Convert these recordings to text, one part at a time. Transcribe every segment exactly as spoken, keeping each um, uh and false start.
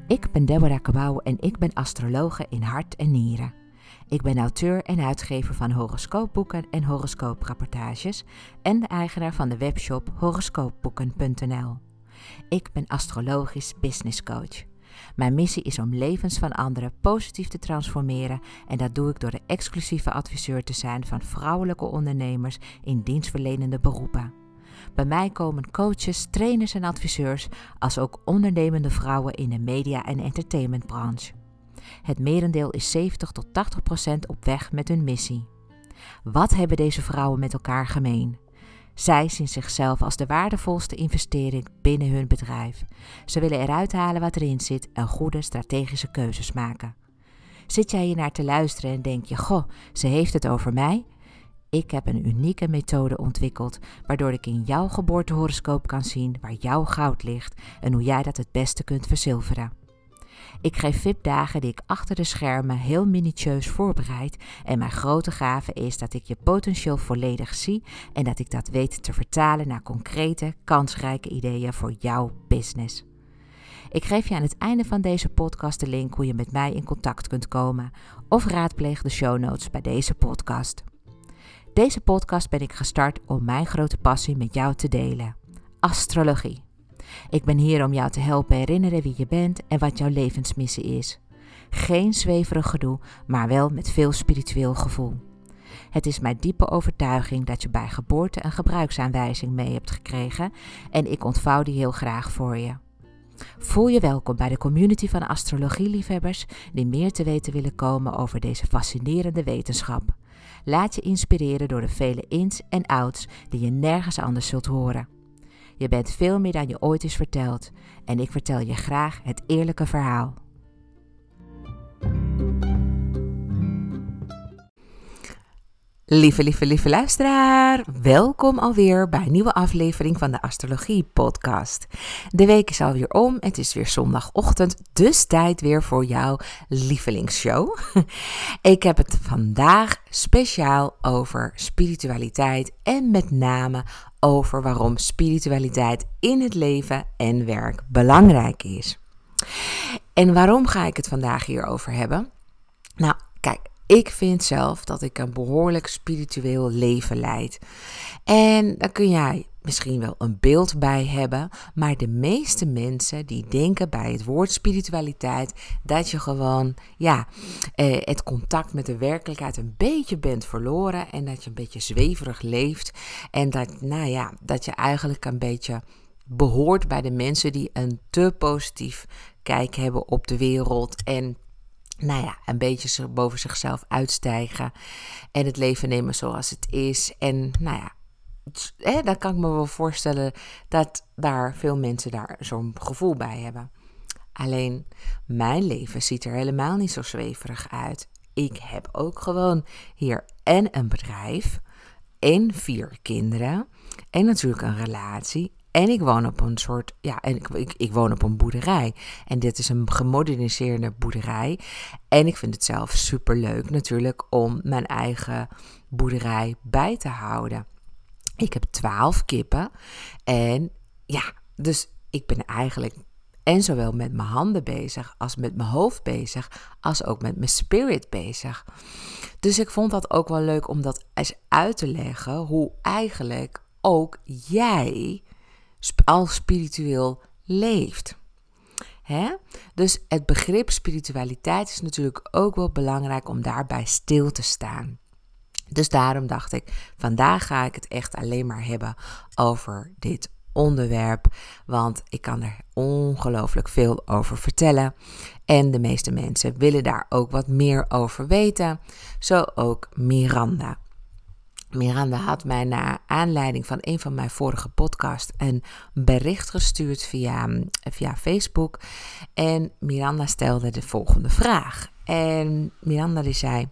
Ik ben Deborah Cabau en ik ben astrologe in hart en nieren. Ik ben auteur en uitgever van horoscoopboeken en horoscooprapportages en de eigenaar van de webshop horoscoopboeken punt n l. Ik ben astrologisch business coach. Mijn missie is om levens van anderen positief te transformeren en dat doe ik door de exclusieve adviseur te zijn van vrouwelijke ondernemers in dienstverlenende beroepen. Bij mij komen coaches, trainers en adviseurs als ook ondernemende vrouwen in de media- en entertainmentbranche. Het merendeel is zeventig tot tachtig procent op weg met hun missie. Wat hebben deze vrouwen met elkaar gemeen? Zij zien zichzelf als de waardevolste investering binnen hun bedrijf. Ze willen eruit halen wat erin zit en goede strategische keuzes maken. Zit jij hier naar te luisteren en denk je, goh, ze heeft het over mij? Ik heb een unieke methode ontwikkeld, waardoor ik in jouw geboortehoroscoop kan zien waar jouw goud ligt en hoe jij dat het beste kunt verzilveren. Ik geef V I P-dagen die ik achter de schermen heel minutieus voorbereid en mijn grote gave is dat ik je potentieel volledig zie en dat ik dat weet te vertalen naar concrete, kansrijke ideeën voor jouw business. Ik geef je aan het einde van deze podcast de link hoe je met mij in contact kunt komen of raadpleeg de show notes bij deze podcast. Deze podcast ben ik gestart om mijn grote passie met jou te delen. Astrologie. Ik ben hier om jou te helpen herinneren wie je bent en wat jouw levensmissie is. Geen zweverig gedoe, maar wel met veel spiritueel gevoel. Het is mijn diepe overtuiging dat je bij geboorte een gebruiksaanwijzing mee hebt gekregen en ik ontvouw die heel graag voor je. Voel je welkom bij de community van astrologieliefhebbers die meer te weten willen komen over deze fascinerende wetenschap. Laat je inspireren door de vele ins en outs die je nergens anders zult horen. Je bent veel meer dan je ooit is verteld en ik vertel je graag het eerlijke verhaal. Lieve, lieve, lieve luisteraar, welkom alweer bij een nieuwe aflevering van de Astrologie Podcast. De week is alweer om, het is weer zondagochtend, dus tijd weer voor jouw lievelingsshow. Ik heb het vandaag speciaal over spiritualiteit en met name over waarom spiritualiteit in het leven en werk belangrijk is. En waarom ga ik het vandaag hierover hebben? Nou, kijk. Ik vind zelf dat ik een behoorlijk spiritueel leven leid. En daar kun jij misschien wel een beeld bij hebben. Maar de meeste mensen die denken bij het woord spiritualiteit dat je gewoon ja, eh, het contact met de werkelijkheid een beetje bent verloren. En dat je een beetje zweverig leeft. En dat, nou ja, dat je eigenlijk een beetje behoort bij de mensen die een te positief kijk hebben op de wereld. En nou ja, een beetje boven zichzelf uitstijgen en het leven nemen zoals het is. En nou ja, hè, dan kan ik me wel voorstellen dat daar veel mensen daar zo'n gevoel bij hebben. Alleen, mijn leven ziet er helemaal niet zo zweverig uit. Ik heb ook gewoon hier en een bedrijf en vier kinderen en natuurlijk een relatie. En ik woon op een soort, ja, en ik, ik, ik woon op een boerderij. En dit is een gemoderniseerde boerderij. En ik vind het zelf superleuk natuurlijk om mijn eigen boerderij bij te houden. Ik heb twaalf kippen. En ja, dus ik ben eigenlijk en zowel met mijn handen bezig als met mijn hoofd bezig, als ook met mijn spirit bezig. Dus ik vond dat ook wel leuk om dat eens uit te leggen, hoe eigenlijk ook jij al spiritueel leeft. Hè? Dus het begrip spiritualiteit is natuurlijk ook wel belangrijk om daarbij stil te staan. Dus daarom dacht ik, vandaag ga ik het echt alleen maar hebben over dit onderwerp. Want ik kan er ongelooflijk veel over vertellen. En de meeste mensen willen daar ook wat meer over weten. Zo ook Miranda. Miranda had mij naar aanleiding van een van mijn vorige podcasts een bericht gestuurd via, via Facebook. En Miranda stelde de volgende vraag. En Miranda die zei,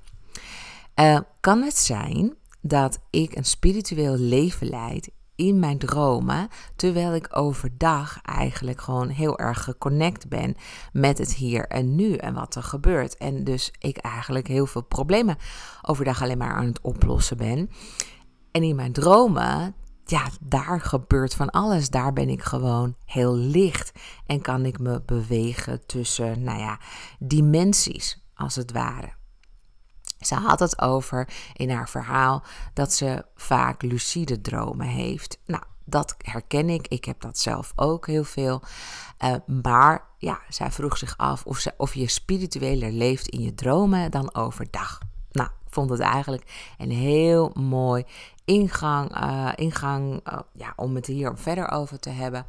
uh, kan het zijn dat ik een spiritueel leven leid in mijn dromen, terwijl ik overdag eigenlijk gewoon heel erg geconnect ben met het hier en nu en wat er gebeurt. En dus ik eigenlijk heel veel problemen overdag alleen maar aan het oplossen ben. En in mijn dromen ja, daar gebeurt van alles. Daar ben ik gewoon heel licht en kan ik me bewegen tussen, nou ja, dimensies als het ware. Ze had het over in haar verhaal dat ze vaak lucide dromen heeft. Nou, dat herken ik. Ik heb dat zelf ook heel veel. Uh, maar ja, zij vroeg zich af of, ze, of je spiritueler leeft in je dromen dan overdag. Nou, ik vond het eigenlijk een heel mooi ingang, uh, ingang uh, ja, om het hier verder over te hebben.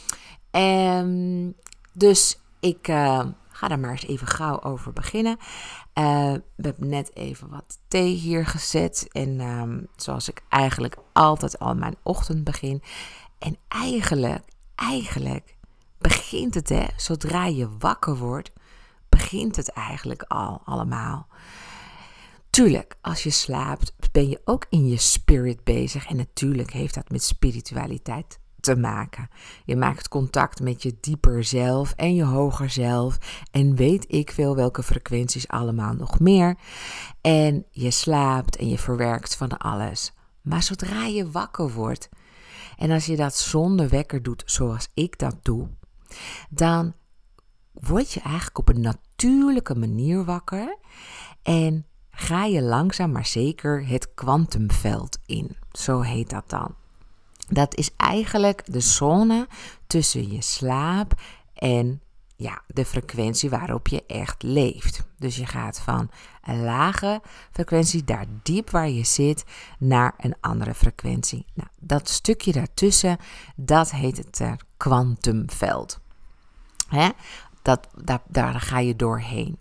Um, dus ik uh, ga daar maar eens even gauw over beginnen. Uh, we hebben net even wat thee hier gezet. En um, zoals ik eigenlijk altijd al mijn ochtend begin. En eigenlijk, eigenlijk begint het, hè, zodra je wakker wordt, begint het eigenlijk al allemaal. Tuurlijk, als je slaapt ben je ook in je spirit bezig. En natuurlijk heeft dat met spiritualiteit te maken. Je maakt contact met je dieper zelf en je hoger zelf. En weet ik veel welke frequenties allemaal nog meer. En je slaapt en je verwerkt van alles. Maar zodra je wakker wordt, en als je dat zonder wekker doet zoals ik dat doe, dan word je eigenlijk op een natuurlijke manier wakker. En ga je langzaam maar zeker het kwantumveld in. Zo heet dat dan. Dat is eigenlijk de zone tussen je slaap en ja, de frequentie waarop je echt leeft. Dus je gaat van een lage frequentie, daar diep waar je zit, naar een andere frequentie. Nou, dat stukje daartussen, dat heet het kwantumveld. Uh, dat, dat, daar ga je doorheen.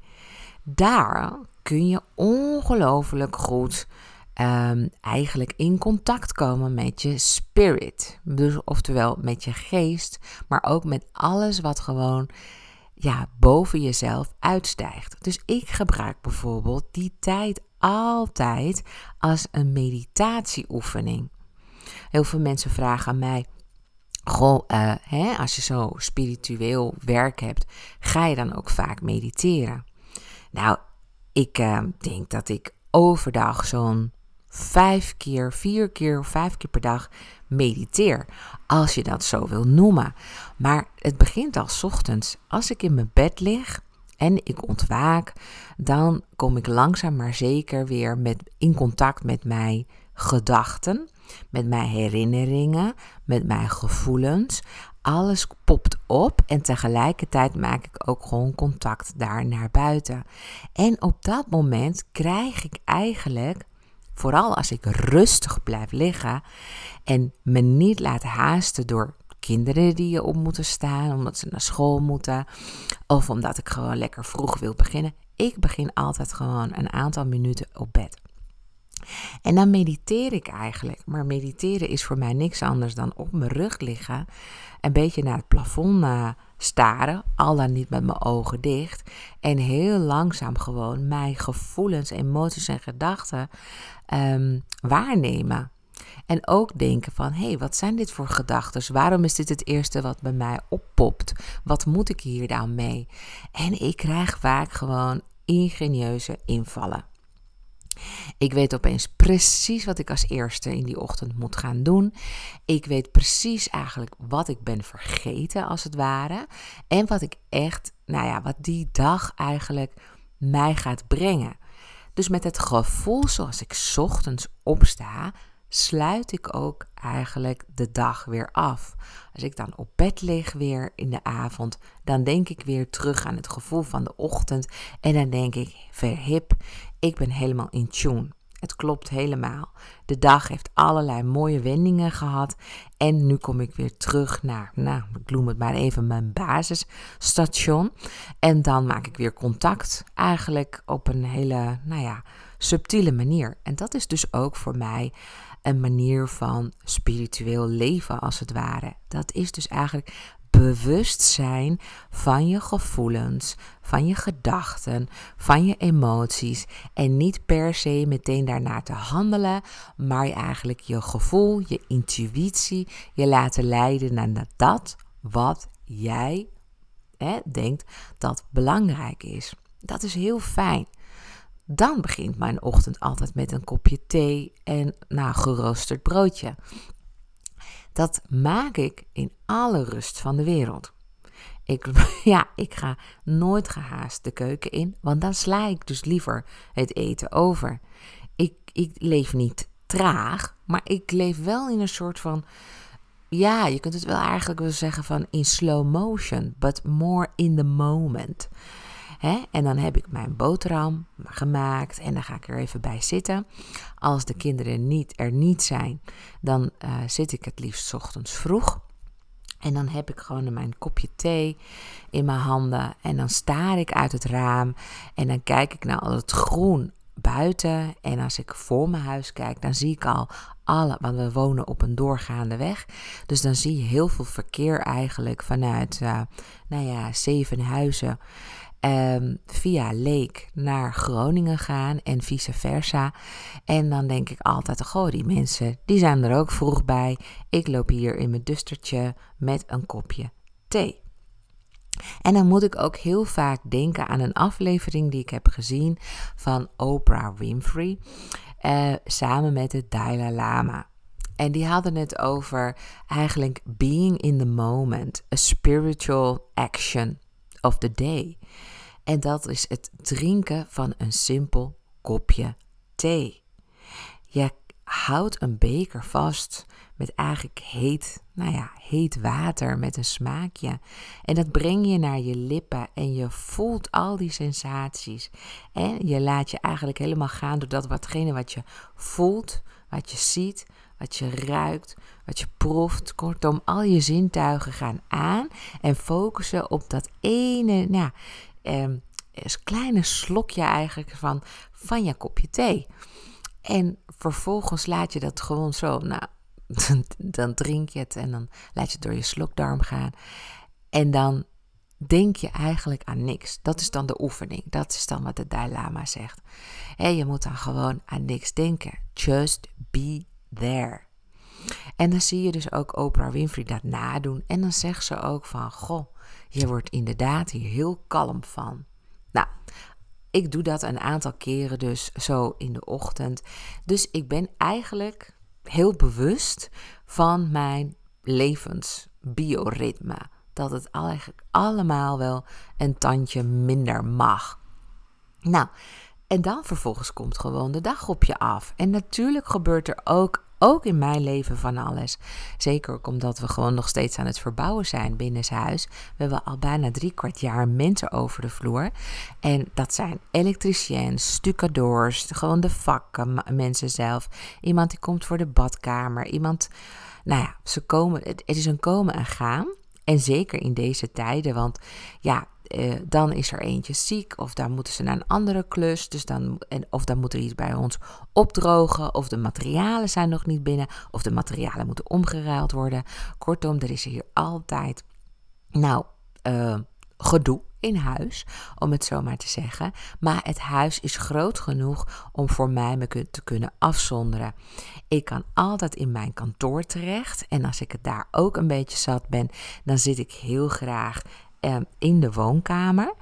Daar kun je ongelooflijk goed Um, eigenlijk in contact komen met je spirit. Dus oftewel met je geest, maar ook met alles wat gewoon ja, boven jezelf uitstijgt. Dus ik gebruik bijvoorbeeld die tijd altijd als een meditatieoefening. Heel veel mensen vragen aan mij, goh, uh, hè, als je zo spiritueel werk hebt, ga je dan ook vaak mediteren? Nou, ik uh, denk dat ik overdag zo'n vijf keer, vier keer of vijf keer per dag mediteer. Als je dat zo wil noemen. Maar het begint al 's ochtends. Als ik in mijn bed lig en ik ontwaak, dan kom ik langzaam maar zeker weer met, in contact met mijn gedachten, met mijn herinneringen, met mijn gevoelens. Alles popt op en tegelijkertijd maak ik ook gewoon contact daar naar buiten. En op dat moment krijg ik eigenlijk, vooral als ik rustig blijf liggen en me niet laat haasten door kinderen die op moeten staan, omdat ze naar school moeten, of omdat ik gewoon lekker vroeg wil beginnen. Ik begin altijd gewoon een aantal minuten op bed. En dan mediteer ik eigenlijk. Maar mediteren is voor mij niks anders dan op mijn rug liggen, een beetje naar het plafond uh, staren, al dan niet met mijn ogen dicht, en heel langzaam gewoon mijn gevoelens, emoties en gedachten um, waarnemen. En ook denken van, hé, hey, wat zijn dit voor gedachten? Waarom is dit het eerste wat bij mij oppopt? Wat moet ik hier dan mee? En ik krijg vaak gewoon ingenieuze invallen. Ik weet opeens precies wat ik als eerste in die ochtend moet gaan doen. Ik weet precies eigenlijk wat ik ben vergeten als het ware. En wat ik echt, nou ja, wat die dag eigenlijk mij gaat brengen. Dus met het gevoel zoals ik 's ochtends opsta, sluit ik ook eigenlijk de dag weer af. Als ik dan op bed lig weer in de avond, dan denk ik weer terug aan het gevoel van de ochtend. En dan denk ik, verhip, ik ben helemaal in tune. Het klopt helemaal. De dag heeft allerlei mooie wendingen gehad. En nu kom ik weer terug naar, nou, ik noem het maar even mijn basisstation. En dan maak ik weer contact. Eigenlijk op een hele, nou ja, subtiele manier. En dat is dus ook voor mij een manier van spiritueel leven als het ware. Dat is dus eigenlijk bewust zijn van je gevoelens, van je gedachten, van je emoties. En niet per se meteen daarnaar te handelen, maar je eigenlijk je gevoel, je intuïtie, je laten leiden naar dat wat jij hè, denkt dat belangrijk is. Dat is heel fijn. Dan begint mijn ochtend altijd met een kopje thee en nou, geroosterd broodje. Dat maak ik in alle rust van de wereld. Ik, ja, ik ga nooit gehaast de keuken in, want dan sla ik dus liever het eten over. Ik, ik leef niet traag, maar ik leef wel in een soort van, ja, je kunt het wel eigenlijk wel zeggen van in slow motion, but more in the moment. Hè? En dan heb ik mijn boterham gemaakt en dan ga ik er even bij zitten. Als de kinderen niet, er niet zijn, dan uh, zit ik het liefst 's ochtends vroeg. En dan heb ik gewoon mijn kopje thee in mijn handen en dan staar ik uit het raam en dan kijk ik naar al het groen buiten. En als ik voor mijn huis kijk, dan zie ik al alle, want we wonen op een doorgaande weg. Dus dan zie je heel veel verkeer eigenlijk vanuit, uh, nou ja, Zevenhuizen. Um, via Leek naar Groningen gaan en vice versa. En dan denk ik altijd, goh, die mensen, die zijn er ook vroeg bij. Ik loop hier in mijn dustertje met een kopje thee. En dan moet ik ook heel vaak denken aan een aflevering die ik heb gezien van Oprah Winfrey, uh, samen met de Dalai Lama. En die hadden het over eigenlijk being in the moment, a spiritual action of the day. En dat is het drinken van een simpel kopje thee. Je houdt een beker vast met eigenlijk heet, nou ja, heet water met een smaakje. En dat breng je naar je lippen en je voelt al die sensaties. En je laat je eigenlijk helemaal gaan door dat watgene wat je voelt, wat je ziet, wat je ruikt, wat je proeft. Kortom, al je zintuigen gaan aan en focussen op dat ene, nou Um, een kleine slokje eigenlijk van, van je kopje thee. En vervolgens laat je dat gewoon zo, nou, dan drink je het en dan laat je het door je slokdarm gaan. En dan denk je eigenlijk aan niks. Dat is dan de oefening. Dat is dan wat de Dalai Lama zegt. En je moet dan gewoon aan niks denken. Just be there. En dan zie je dus ook Oprah Winfrey dat nadoen. En dan zegt ze ook van, goh, je wordt inderdaad hier heel kalm van. Nou, ik doe dat een aantal keren dus zo in de ochtend. Dus ik ben eigenlijk heel bewust van mijn levensbioritme. Dat het eigenlijk allemaal wel een tandje minder mag. Nou, en dan vervolgens komt gewoon de dag op je af. En natuurlijk gebeurt er ook Ook in mijn leven van alles. Zeker ook omdat we gewoon nog steeds aan het verbouwen zijn binnenshuis. We hebben al bijna drie kwart jaar mensen over de vloer. En dat zijn elektriciëns, stucadoors, gewoon de vakken, mensen zelf. Iemand die komt voor de badkamer. Iemand, nou ja, ze komen, het is een komen en gaan. En zeker in deze tijden, want ja, Uh, dan is er eentje ziek of dan moeten ze naar een andere klus. Dus dan, en, of dan moet er iets bij ons opdrogen of de materialen zijn nog niet binnen of de materialen moeten omgeruild worden. Kortom, er is hier altijd nou uh, gedoe in huis, om het zo maar te zeggen. Maar het huis is groot genoeg om voor mij me te kunnen afzonderen. Ik kan altijd in mijn kantoor terecht en als ik het daar ook een beetje zat ben, dan zit ik heel graag Um, in de woonkamer.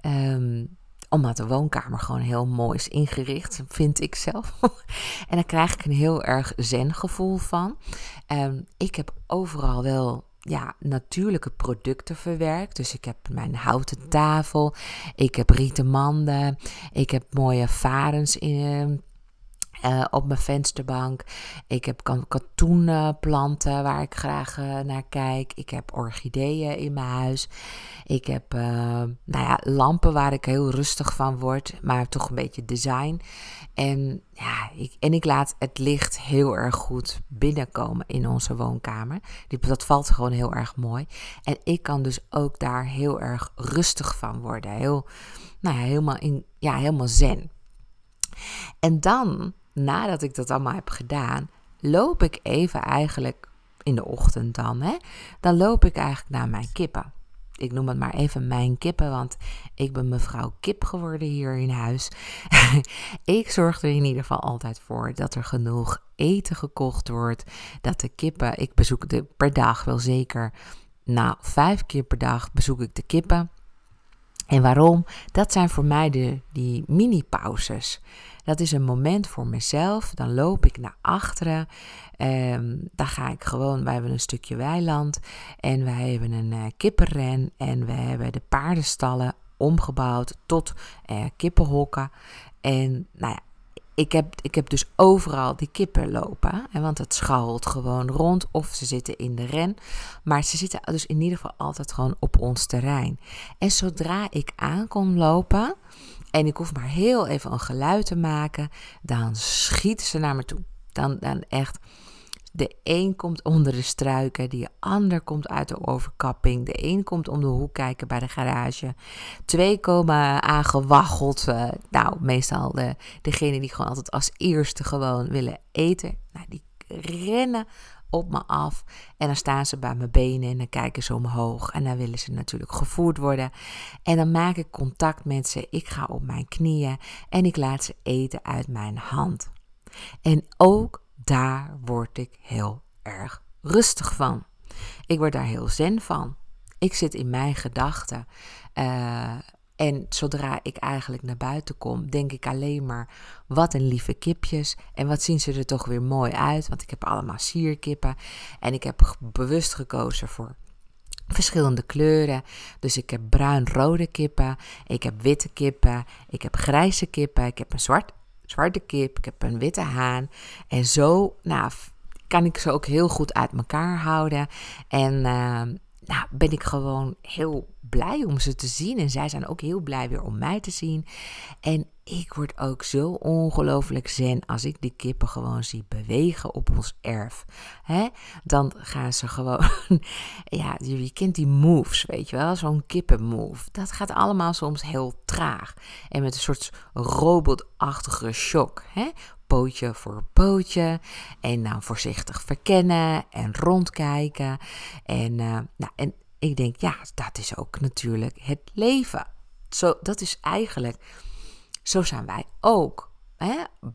Um, omdat de woonkamer gewoon heel mooi is ingericht, vind ik zelf. En daar krijg ik een heel erg zen gevoel van. Um, ik heb overal wel ja, natuurlijke producten verwerkt. Dus ik heb mijn houten tafel. Ik heb rieten manden. Ik heb mooie varens in Uh, op mijn vensterbank. Ik heb katoenplanten waar ik graag uh, naar kijk. Ik heb orchideeën in mijn huis. Ik heb uh, nou ja, lampen waar ik heel rustig van word, maar toch een beetje design. En, ja, ik, en ik laat het licht heel erg goed binnenkomen in onze woonkamer. Dat valt gewoon heel erg mooi. En ik kan dus ook daar heel erg rustig van worden. Heel, nou ja, helemaal, in, ja, helemaal zen. En dan, nadat ik dat allemaal heb gedaan, loop ik even eigenlijk in de ochtend dan, hè, dan loop ik eigenlijk naar mijn kippen. Ik noem het maar even mijn kippen, want ik ben mevrouw kip geworden hier in huis. Ik zorg er in ieder geval altijd voor dat er genoeg eten gekocht wordt. Dat de kippen, ik bezoek de per dag wel zeker, nou vijf keer per dag bezoek ik de kippen. En waarom? Dat zijn voor mij de, die mini-pauzes. Dat is een moment voor mezelf. Dan loop ik naar achteren. Um, dan ga ik gewoon, wij hebben een stukje weiland. En wij hebben een uh, kippenren. En we hebben de paardenstallen omgebouwd tot uh, kippenhokken. En nou ja, ik heb, ik heb dus overal die kippen lopen. Hè, want het scharrelt gewoon rond. Of ze zitten in de ren. Maar ze zitten dus in ieder geval altijd gewoon op ons terrein. En zodra ik aankom lopen en ik hoef maar heel even een geluid te maken, dan schieten ze naar me toe. Dan, dan echt, de een komt onder de struiken, de ander komt uit de overkapping, de een komt om de hoek kijken bij de garage, twee komen aangewaggeld. Uh, nou, meestal de, degene die gewoon altijd als eerste gewoon willen eten, nou, die rennen op me af en dan staan ze bij mijn benen en dan kijken ze omhoog en dan willen ze natuurlijk gevoerd worden. En dan maak ik contact met ze, ik ga op mijn knieën en ik laat ze eten uit mijn hand. En ook daar word ik heel erg rustig van. Ik word daar heel zen van. Ik zit in mijn gedachten. Uh, en zodra ik eigenlijk naar buiten kom, denk ik alleen maar, wat een lieve kipjes. En wat zien ze er toch weer mooi uit. Want ik heb allemaal sierkippen. En ik heb bewust gekozen voor verschillende kleuren. Dus ik heb bruin-rode kippen. Ik heb witte kippen. Ik heb grijze kippen. Ik heb een zwart zwarte kip, ik heb een witte haan. En zo nou, kan ik ze ook heel goed uit elkaar houden. En uh, nou, ben ik gewoon heel blij om ze te zien. En zij zijn ook heel blij weer om mij te zien. En ik word ook zo ongelooflijk zen als ik die kippen gewoon zie bewegen op ons erf. Hè? Dan gaan ze gewoon, ja, je, je kent die moves, weet je wel, zo'n kippenmove. Dat gaat allemaal soms heel traag. En met een soort robotachtige shock, hè? Pootje voor pootje. En dan voorzichtig verkennen en rondkijken. En, uh, nou, en ik denk, ja, dat is ook natuurlijk het leven. Zo, dat is eigenlijk, zo zijn wij ook. Hè?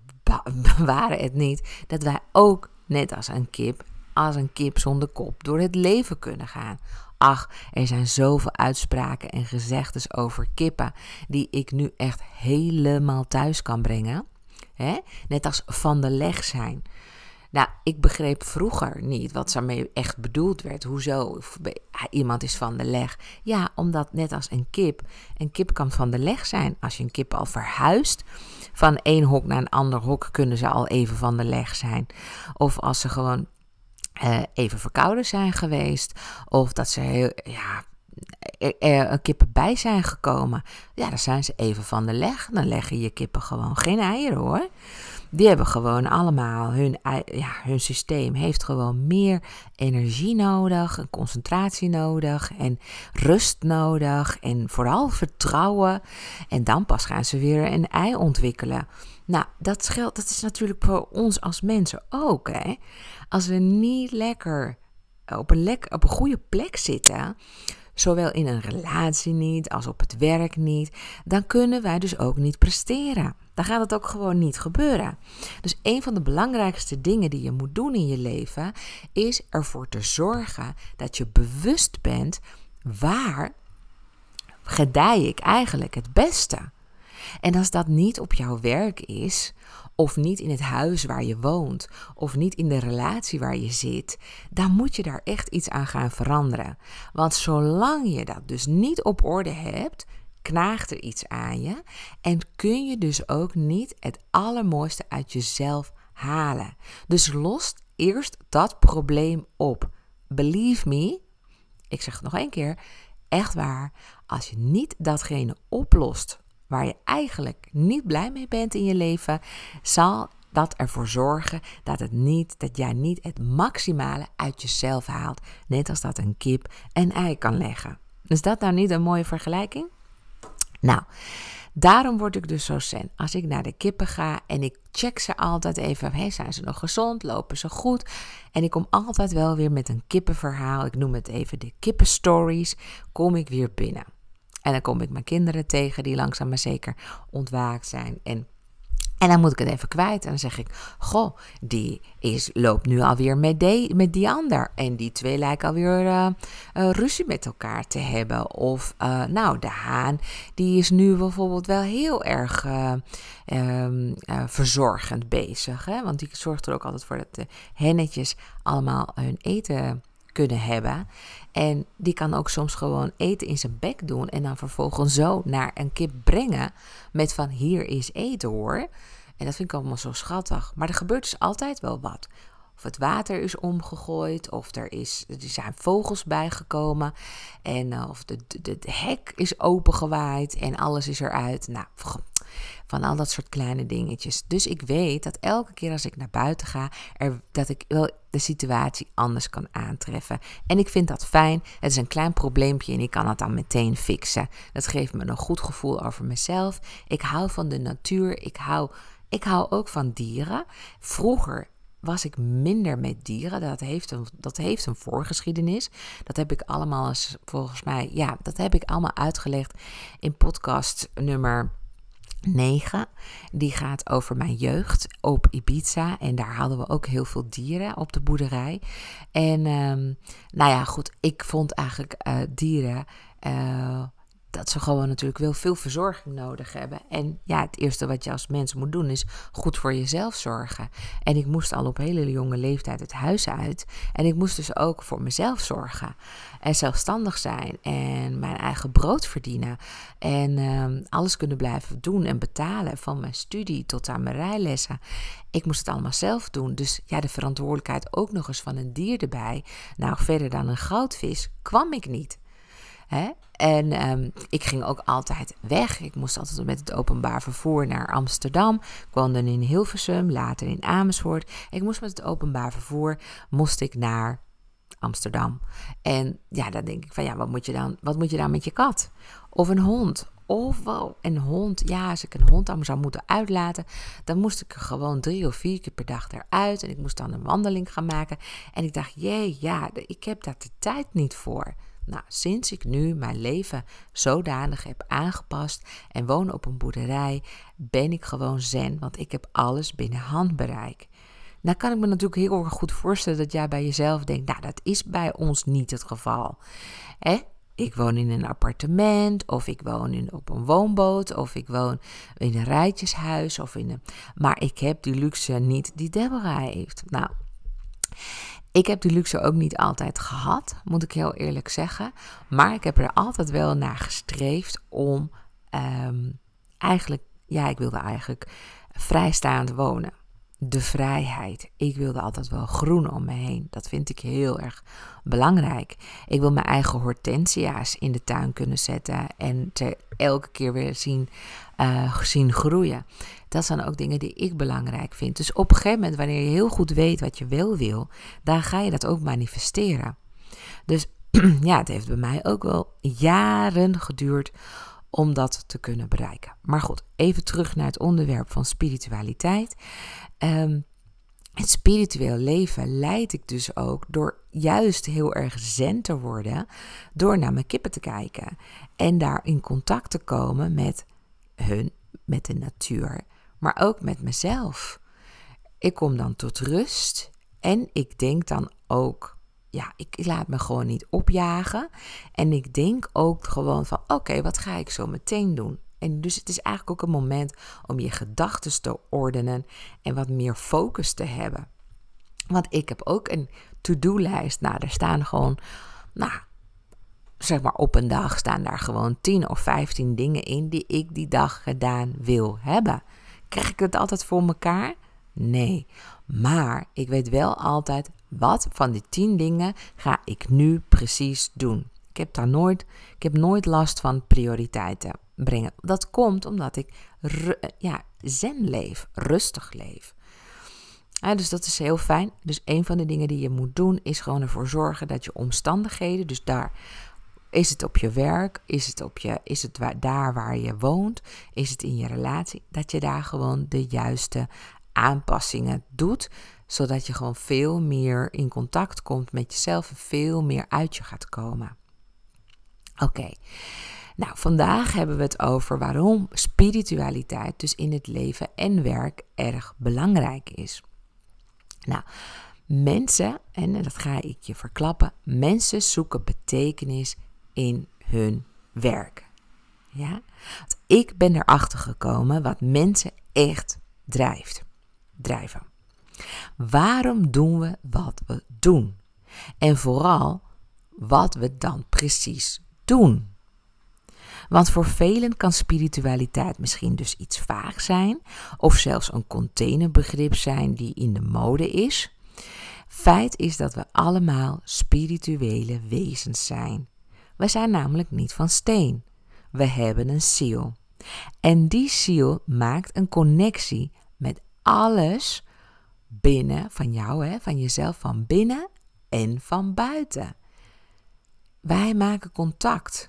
Bewaren het niet dat wij ook, net als een kip, als een kip zonder kop, door het leven kunnen gaan. Ach, er zijn zoveel uitspraken en gezegdes over kippen die ik nu echt helemaal thuis kan brengen. Hè? Net als van de leg zijn. Nou, ik begreep vroeger niet wat daarmee echt bedoeld werd. Hoezo? Iemand is van de leg. Ja, omdat net als een kip, een kip kan van de leg zijn. Als je een kip al verhuist, van één hok naar een ander hok, kunnen ze al even van de leg zijn. Of als ze gewoon uh, even verkouden zijn geweest. Of dat ze heel, ja, er, er kippen bij zijn gekomen. Ja, dan zijn ze even van de leg. Dan leggen je kippen gewoon geen eieren, hoor. Die hebben gewoon allemaal, hun, ja, hun systeem heeft gewoon meer energie nodig, een concentratie nodig en rust nodig en vooral vertrouwen. En dan pas gaan ze weer een ei ontwikkelen. Nou, dat geldt, dat is natuurlijk voor ons als mensen ook, hè. Als we niet lekker op een, lek, op een goede plek zitten, zowel in een relatie niet als op het werk niet, dan kunnen wij dus ook niet presteren. Dan gaat het ook gewoon niet gebeuren. Dus een van de belangrijkste dingen die je moet doen in je leven is ervoor te zorgen dat je bewust bent, waar gedij ik eigenlijk het beste? En als dat niet op jouw werk is, of niet in het huis waar je woont, of niet in de relatie waar je zit, dan moet je daar echt iets aan gaan veranderen. Want zolang je dat dus niet op orde hebt, knaagt er iets aan je en kun je dus ook niet het allermooiste uit jezelf halen. Dus los eerst dat probleem op. Believe me, ik zeg het nog één keer, echt waar, als je niet datgene oplost waar je eigenlijk niet blij mee bent in je leven, zal dat ervoor zorgen dat, het niet, dat jij niet het maximale uit jezelf haalt. Net als dat een kip een ei kan leggen. Is dat nou niet een mooie vergelijking? Nou, daarom word ik dus zo zen. Als ik naar de kippen ga en ik check ze altijd even, hey, zijn ze nog gezond, lopen ze goed? En ik kom altijd wel weer met een kippenverhaal, ik noem het even de kippenstories, kom ik weer binnen. En dan kom ik mijn kinderen tegen die langzaam maar zeker ontwaakt zijn. En En dan moet ik het even kwijt. En dan zeg ik, goh, die is, loopt nu alweer met die, met die ander. En die twee lijken alweer uh, uh, ruzie met elkaar te hebben. Of, uh, nou, de haan, die is nu bijvoorbeeld wel heel erg uh, um, uh, verzorgend bezig. Hè? Want die zorgt er ook altijd voor dat de hennetjes allemaal hun eten kunnen hebben. En die kan ook soms gewoon eten in zijn bek doen en dan vervolgens zo naar een kip brengen met van hier is eten hoor. En dat vind ik allemaal zo schattig. Maar er gebeurt dus altijd wel wat. Of het water is omgegooid, of er, is, er zijn vogels bijgekomen. En uh, of de, de, de hek is opengewaaid en alles is eruit. Nou, van al dat soort kleine dingetjes. Dus ik weet dat elke keer als ik naar buiten ga, er, dat ik wel de situatie anders kan aantreffen. En ik vind dat fijn. Het is een klein probleempje en ik kan het dan meteen fixen. Dat geeft me een goed gevoel over mezelf. Ik hou van de natuur. Ik hou, ik hou ook van dieren. Vroeger was ik minder met dieren. Dat heeft een, dat heeft een voorgeschiedenis. Dat heb ik allemaal eens, volgens mij, ja, dat heb ik allemaal uitgelegd in podcast nummer negen. Die gaat over mijn jeugd op Ibiza. En daar hadden we ook heel veel dieren op de boerderij. En um, nou ja, goed. Ik vond eigenlijk uh, dieren Uh, dat ze gewoon natuurlijk wel veel verzorging nodig hebben. En ja, het eerste wat je als mens moet doen is goed voor jezelf zorgen. En ik moest al op hele jonge leeftijd het huis uit. En ik moest dus ook voor mezelf zorgen. En zelfstandig zijn. En mijn eigen brood verdienen. En um, alles kunnen blijven doen en betalen. Van mijn studie tot aan mijn rijlessen. Ik moest het allemaal zelf doen. Dus ja, de verantwoordelijkheid ook nog eens van een dier erbij. Nou, verder dan een goudvis kwam ik niet. Hè? En um, ik ging ook altijd weg. Ik moest altijd met het openbaar vervoer naar Amsterdam. Ik woonde in Hilversum, later in Amersfoort. Ik moest met het openbaar vervoer moest ik naar Amsterdam. En ja, dan denk ik van ja, wat moet je dan, wat moet je dan met je kat? Of een hond? Of wel een hond. Ja, als ik een hond dan zou moeten uitlaten, dan moest ik er gewoon drie of vier keer per dag eruit. En ik moest dan een wandeling gaan maken. En ik dacht, jee, ja, ik heb daar de tijd niet voor. Nou, sinds ik nu mijn leven zodanig heb aangepast en woon op een boerderij, ben ik gewoon zen, want ik heb alles binnen handbereik. Nou kan ik me natuurlijk heel erg goed voorstellen dat jij bij jezelf denkt, nou dat is bij ons niet het geval. Hè? Ik woon in een appartement, of ik woon in, op een woonboot, of ik woon in een rijtjeshuis, of in een, maar ik heb die luxe niet die Deborah heeft. Nou, ik heb die luxe ook niet altijd gehad, moet ik heel eerlijk zeggen. Maar ik heb er altijd wel naar gestreefd om um, eigenlijk, ja, ik wilde eigenlijk vrijstaand wonen. De vrijheid. Ik wilde altijd wel groen om me heen. Dat vind ik heel erg belangrijk. Ik wil mijn eigen hortensia's in de tuin kunnen zetten en ze elke keer weer zien, uh, zien groeien. Dat zijn ook dingen die ik belangrijk vind. Dus op een gegeven moment, wanneer je heel goed weet wat je wel wil, dan ga je dat ook manifesteren. Dus ja, het heeft bij mij ook wel jaren geduurd om dat te kunnen bereiken. Maar goed, even terug naar het onderwerp van spiritualiteit. Um, het spiritueel leven leid ik dus ook door juist heel erg zen te worden, door naar mijn kippen te kijken en daar in contact te komen met hun, met de natuur, maar ook met mezelf. Ik kom dan tot rust en ik denk dan ook, ja, ik laat me gewoon niet opjagen. En ik denk ook gewoon van, oké, okay, wat ga ik zo meteen doen? En dus het is eigenlijk ook een moment om je gedachten te ordenen en wat meer focus te hebben. Want ik heb ook een to-do-lijst. Nou, daar staan gewoon, nou, zeg maar op een dag staan daar gewoon tien of vijftien dingen in die ik die dag gedaan wil hebben. Krijg ik het altijd voor elkaar? Nee. Maar ik weet wel altijd, wat van die tien dingen ga ik nu precies doen? Ik heb daar nooit, ik heb nooit last van prioriteiten brengen. Dat komt omdat ik ru- ja, zen leef, rustig leef. Ja, dus dat is heel fijn. Dus een van de dingen die je moet doen is gewoon ervoor zorgen dat je omstandigheden, dus daar is het op je werk, is het, op je, is het waar, daar waar je woont, is het in je relatie, dat je daar gewoon de juiste aanpassingen doet, zodat je gewoon veel meer in contact komt met jezelf en veel meer uit je gaat komen. Oké, okay. Nou, vandaag hebben we het over waarom spiritualiteit dus in het leven en werk erg belangrijk is. Nou, mensen, en dat ga ik je verklappen, mensen zoeken betekenis in hun werk. Ja? Want ik ben erachter gekomen wat mensen echt drijft, drijven. Waarom doen we wat we doen? En vooral wat we dan precies doen. Want voor velen kan spiritualiteit misschien dus iets vaag zijn, of zelfs een containerbegrip zijn die in de mode is. Feit is dat we allemaal spirituele wezens zijn. We zijn namelijk niet van steen. We hebben een ziel. En die ziel maakt een connectie met alles binnen van jou, hè, van jezelf, van binnen en van buiten. Wij maken contact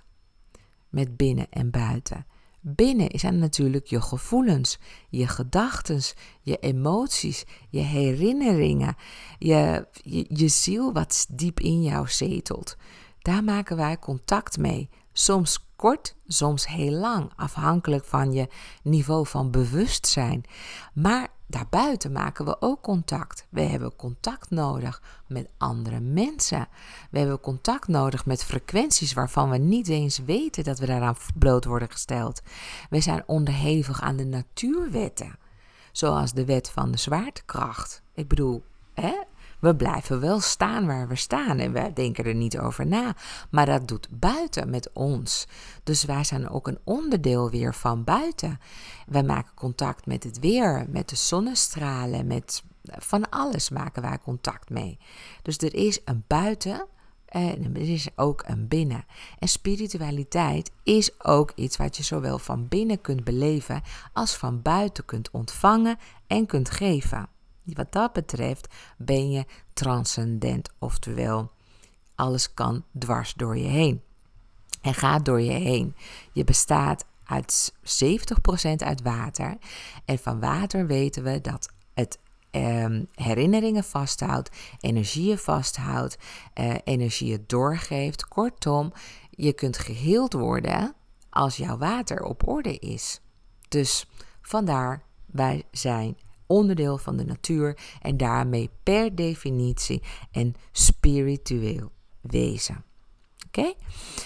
met binnen en buiten. Binnen zijn natuurlijk je gevoelens, je gedachten, je emoties, je herinneringen, je, je, je ziel wat diep in jou zetelt. Daar maken wij contact mee. Soms kort, soms heel lang, afhankelijk van je niveau van bewustzijn. Maar daarbuiten maken we ook contact. We hebben contact nodig met andere mensen. We hebben contact nodig met frequenties waarvan we niet eens weten dat we daaraan bloot worden gesteld. We zijn onderhevig aan de natuurwetten, zoals de wet van de zwaartekracht. Ik bedoel, hè? We blijven wel staan waar we staan en we denken er niet over na. Maar dat doet buiten met ons. Dus wij zijn ook een onderdeel weer van buiten. Wij maken contact met het weer, met de zonnestralen, met van alles maken wij contact mee. Dus er is een buiten en er is ook een binnen. En spiritualiteit is ook iets wat je zowel van binnen kunt beleven als van buiten kunt ontvangen en kunt geven. Wat dat betreft ben je transcendent, oftewel alles kan dwars door je heen en gaat door je heen. Je bestaat uit zeventig procent uit water en van water weten we dat het eh, herinneringen vasthoudt, energieën vasthoudt, eh, energieën doorgeeft. Kortom, je kunt geheeld worden als jouw water op orde is. Dus vandaar, wij zijn onderdeel van de natuur en daarmee per definitie een spiritueel wezen. Oké? Okay?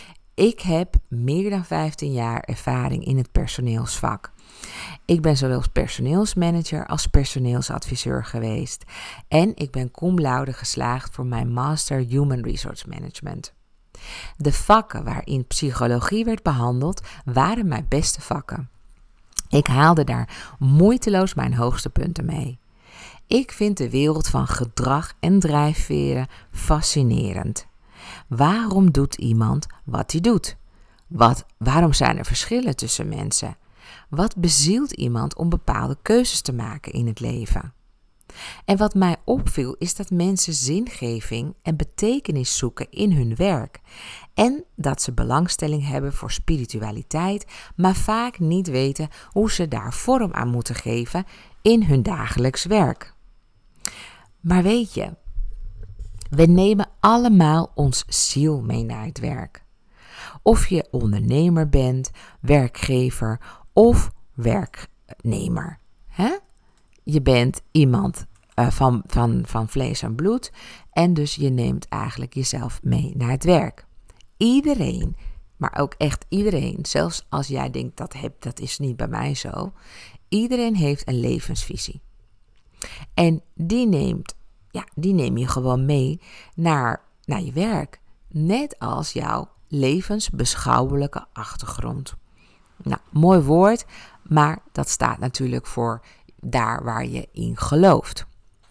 Ik heb meer dan vijftien jaar ervaring in het personeelsvak. Ik ben zowel personeelsmanager als personeelsadviseur geweest en ik ben cum laude geslaagd voor mijn Master Human Resource Management. De vakken waarin psychologie werd behandeld waren mijn beste vakken. Ik haalde daar moeiteloos mijn hoogste punten mee. Ik vind de wereld van gedrag en drijfveren fascinerend. Waarom doet iemand wat hij doet? Wat, waarom zijn er verschillen tussen mensen? Wat bezielt iemand om bepaalde keuzes te maken in het leven? En wat mij opviel is dat mensen zingeving en betekenis zoeken in hun werk. En dat ze belangstelling hebben voor spiritualiteit, maar vaak niet weten hoe ze daar vorm aan moeten geven in hun dagelijks werk. Maar weet je, we nemen allemaal ons ziel mee naar het werk. Of je ondernemer bent, werkgever of werknemer. Hè? Je bent iemand uh, van, van, van vlees en bloed en dus je neemt eigenlijk jezelf mee naar het werk. Iedereen, maar ook echt iedereen, zelfs als jij denkt dat heb, dat is niet bij mij zo. Iedereen heeft een levensvisie. En die neemt, ja, die neem je gewoon mee naar, naar je werk. Net als jouw levensbeschouwelijke achtergrond. Nou, mooi woord, maar dat staat natuurlijk voor daar waar je in gelooft.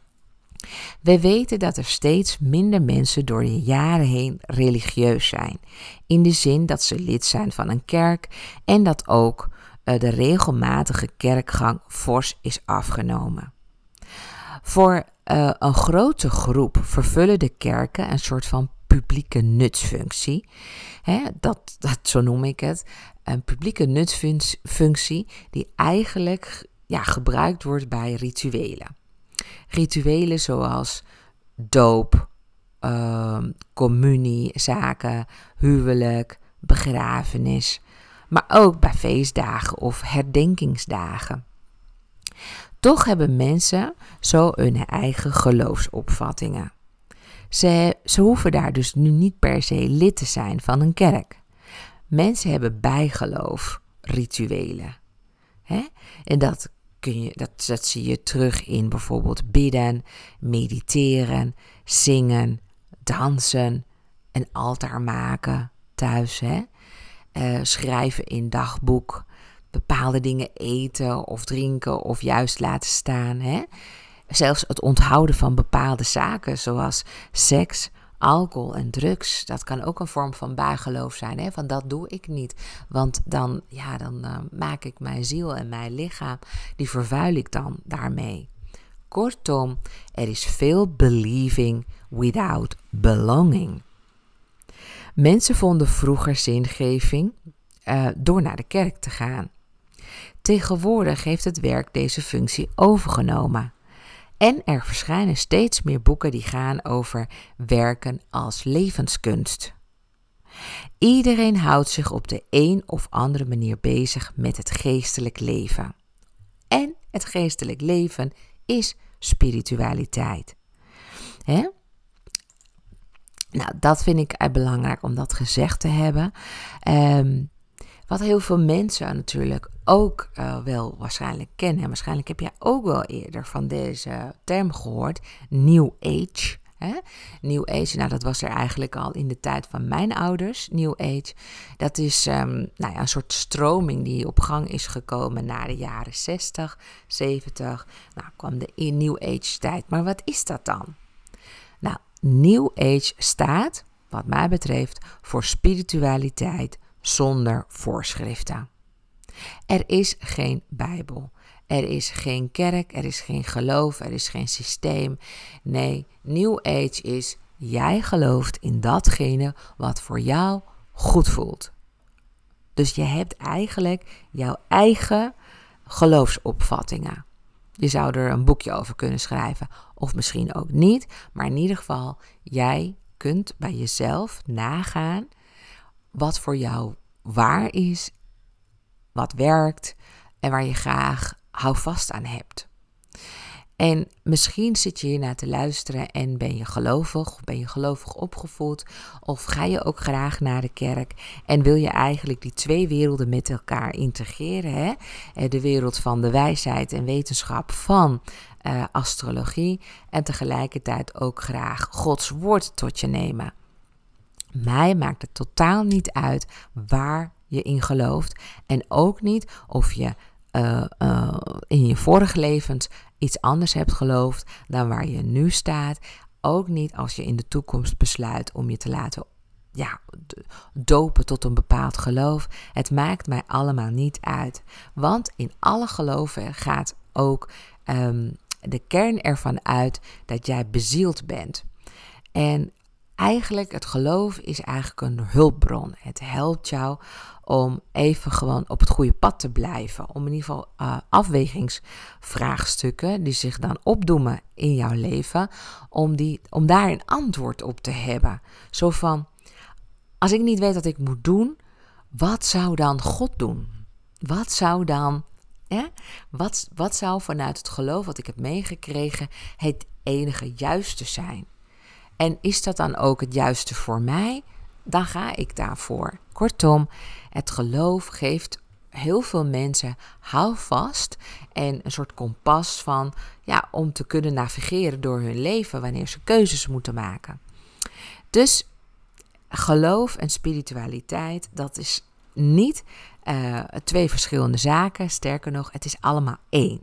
We weten dat er steeds minder mensen door de jaren heen religieus zijn. In de zin dat ze lid zijn van een kerk en dat ook uh, de regelmatige kerkgang fors is afgenomen. Voor uh, een grote groep vervullen de kerken een soort van publieke nutsfunctie. Hè, dat, dat, zo noem ik het. Een publieke nutsfunctie die eigenlijk ja, gebruikt wordt bij rituelen. Rituelen zoals doop, uh, communiezaken, huwelijk, begrafenis, maar ook bij feestdagen of herdenkingsdagen. Toch hebben mensen zo hun eigen geloofsopvattingen. Ze, ze hoeven daar dus nu niet per se lid te zijn van een kerk. Mensen hebben bijgeloof, rituelen. Hè? En dat, kun je, dat, dat zie je terug in bijvoorbeeld bidden, mediteren, zingen, dansen, een altaar maken thuis. Hè? Uh, schrijven in dagboek, bepaalde dingen eten of drinken of juist laten staan. Hè? Zelfs het onthouden van bepaalde zaken zoals seks, alcohol en drugs. Dat kan ook een vorm van bijgeloof zijn. Hè? Van dat doe ik niet. Want dan, ja, dan uh, maak ik mijn ziel en mijn lichaam, die vervuil ik dan daarmee. Kortom, er is veel believing without belonging. Mensen vonden vroeger zingeving uh, door naar de kerk te gaan. Tegenwoordig heeft het werk deze functie overgenomen. En er verschijnen steeds meer boeken die gaan over werken als levenskunst. Iedereen houdt zich op de een of andere manier bezig met het geestelijk leven. En het geestelijk leven is spiritualiteit. Hè? Nou, dat vind ik belangrijk om dat gezegd te hebben. Um, wat heel veel mensen natuurlijk ook uh, wel waarschijnlijk kennen. En waarschijnlijk heb jij ook wel eerder van deze term gehoord. New Age. Hè? New Age, nou dat was er eigenlijk al in de tijd van mijn ouders. New Age, dat is um, nou ja, een soort stroming die op gang is gekomen na de jaren zestig, zeventig. Nou kwam de New Age tijd. Maar wat is dat dan? Nou, New Age staat, wat mij betreft, voor spiritualiteit zonder voorschriften. Er is geen Bijbel. Er is geen kerk, er is geen geloof, er is geen systeem. Nee, New Age is, jij gelooft in datgene wat voor jou goed voelt. Dus je hebt eigenlijk jouw eigen geloofsopvattingen. Je zou er een boekje over kunnen schrijven, of misschien ook niet. Maar in ieder geval, jij kunt bij jezelf nagaan wat voor jou waar is, wat werkt en waar je graag houvast aan hebt. En misschien zit je hier naar te luisteren en ben je gelovig of ben je gelovig opgevoed of ga je ook graag naar de kerk en wil je eigenlijk die twee werelden met elkaar integreren. Hè? De wereld van de wijsheid en wetenschap van uh, astrologie en tegelijkertijd ook graag Gods woord tot je nemen. Mij maakt het totaal niet uit waar je in gelooft en ook niet of je uh, uh, in je vorige levens iets anders hebt geloofd dan waar je nu staat. Ook niet als je in de toekomst besluit om je te laten ja, dopen tot een bepaald geloof. Het maakt mij allemaal niet uit. Want in alle geloven gaat ook um, de kern ervan uit dat jij bezield bent. En eigenlijk, het geloof is eigenlijk een hulpbron. Het helpt jou om even gewoon op het goede pad te blijven. Om in ieder geval uh, afwegingsvraagstukken die zich dan opdoemen in jouw leven, om, die, om daar een antwoord op te hebben. Zo van, als ik niet weet wat ik moet doen, wat zou dan God doen? Wat zou dan, hè? Wat, wat zou vanuit het geloof wat ik heb meegekregen het enige juiste zijn? En is dat dan ook het juiste voor mij? Dan ga ik daarvoor. Kortom, het geloof geeft heel veel mensen houvast en een soort kompas van, ja, om te kunnen navigeren door hun leven wanneer ze keuzes moeten maken. Dus geloof en spiritualiteit, dat is niet uh, twee verschillende zaken. Sterker nog, het is allemaal één.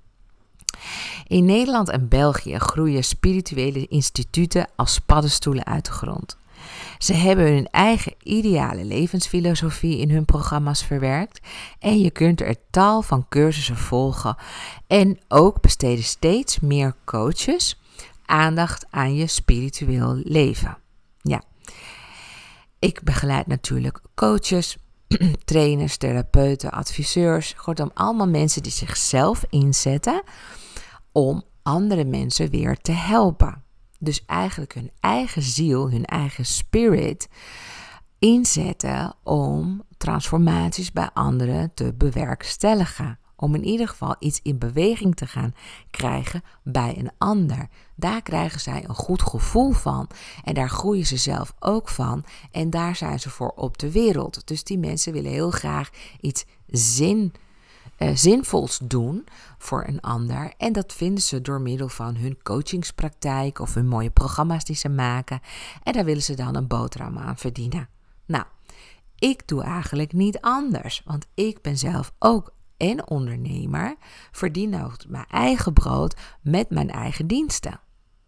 In Nederland en België groeien spirituele instituten als paddenstoelen uit de grond. Ze hebben hun eigen ideale levensfilosofie in hun programma's verwerkt en je kunt er tal van cursussen volgen. En ook besteden steeds meer coaches aandacht aan je spiritueel leven. Ja, ik begeleid natuurlijk coaches, trainers, therapeuten, adviseurs, kortom allemaal mensen die zichzelf inzetten om andere mensen weer te helpen. Dus eigenlijk hun eigen ziel, hun eigen spirit inzetten om transformaties bij anderen te bewerkstelligen. Om in ieder geval iets in beweging te gaan krijgen bij een ander. Daar krijgen zij een goed gevoel van. En daar groeien ze zelf ook van. En daar zijn ze voor op de wereld. Dus die mensen willen heel graag iets zin, uh, zinvols doen voor een ander. En dat vinden ze door middel van hun coachingspraktijk of hun mooie programma's die ze maken. En daar willen ze dan een boterham aan verdienen. Nou, ik doe eigenlijk niet anders. Want ik ben zelf ook en ondernemer, verdien ook mijn eigen brood met mijn eigen diensten.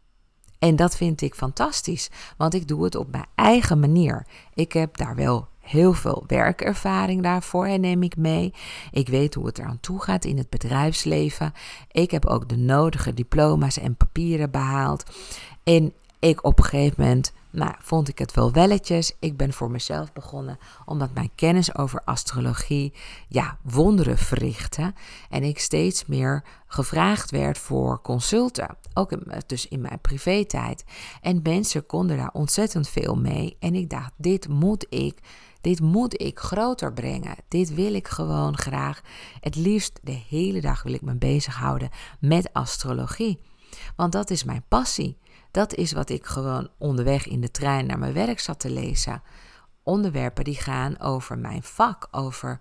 En dat vind ik fantastisch, want ik doe het op mijn eigen manier. Ik heb daar wel heel veel werkervaring daarvoor en neem ik mee. Ik weet hoe het eraan toe gaat in het bedrijfsleven. Ik heb ook de nodige diploma's en papieren behaald. En ik op een gegeven moment, nou, vond ik het wel welletjes. Ik ben voor mezelf begonnen, omdat mijn kennis over astrologie, ja, wonderen verrichtte. En ik steeds meer gevraagd werd voor consulten. Ook in, dus in mijn privé-tijd. En mensen konden daar ontzettend veel mee. En ik dacht, dit moet ik, dit moet ik groter brengen. Dit wil ik gewoon graag. Het liefst de hele dag wil ik me bezighouden met astrologie. Want dat is mijn passie. Dat is wat ik gewoon onderweg in de trein naar mijn werk zat te lezen. Onderwerpen die gaan over mijn vak, over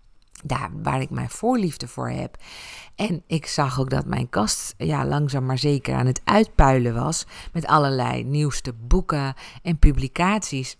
daar waar ik mijn voorliefde voor heb. En ik zag ook dat mijn kast ja, langzaam maar zeker aan het uitpuilen was met allerlei nieuwste boeken en publicaties.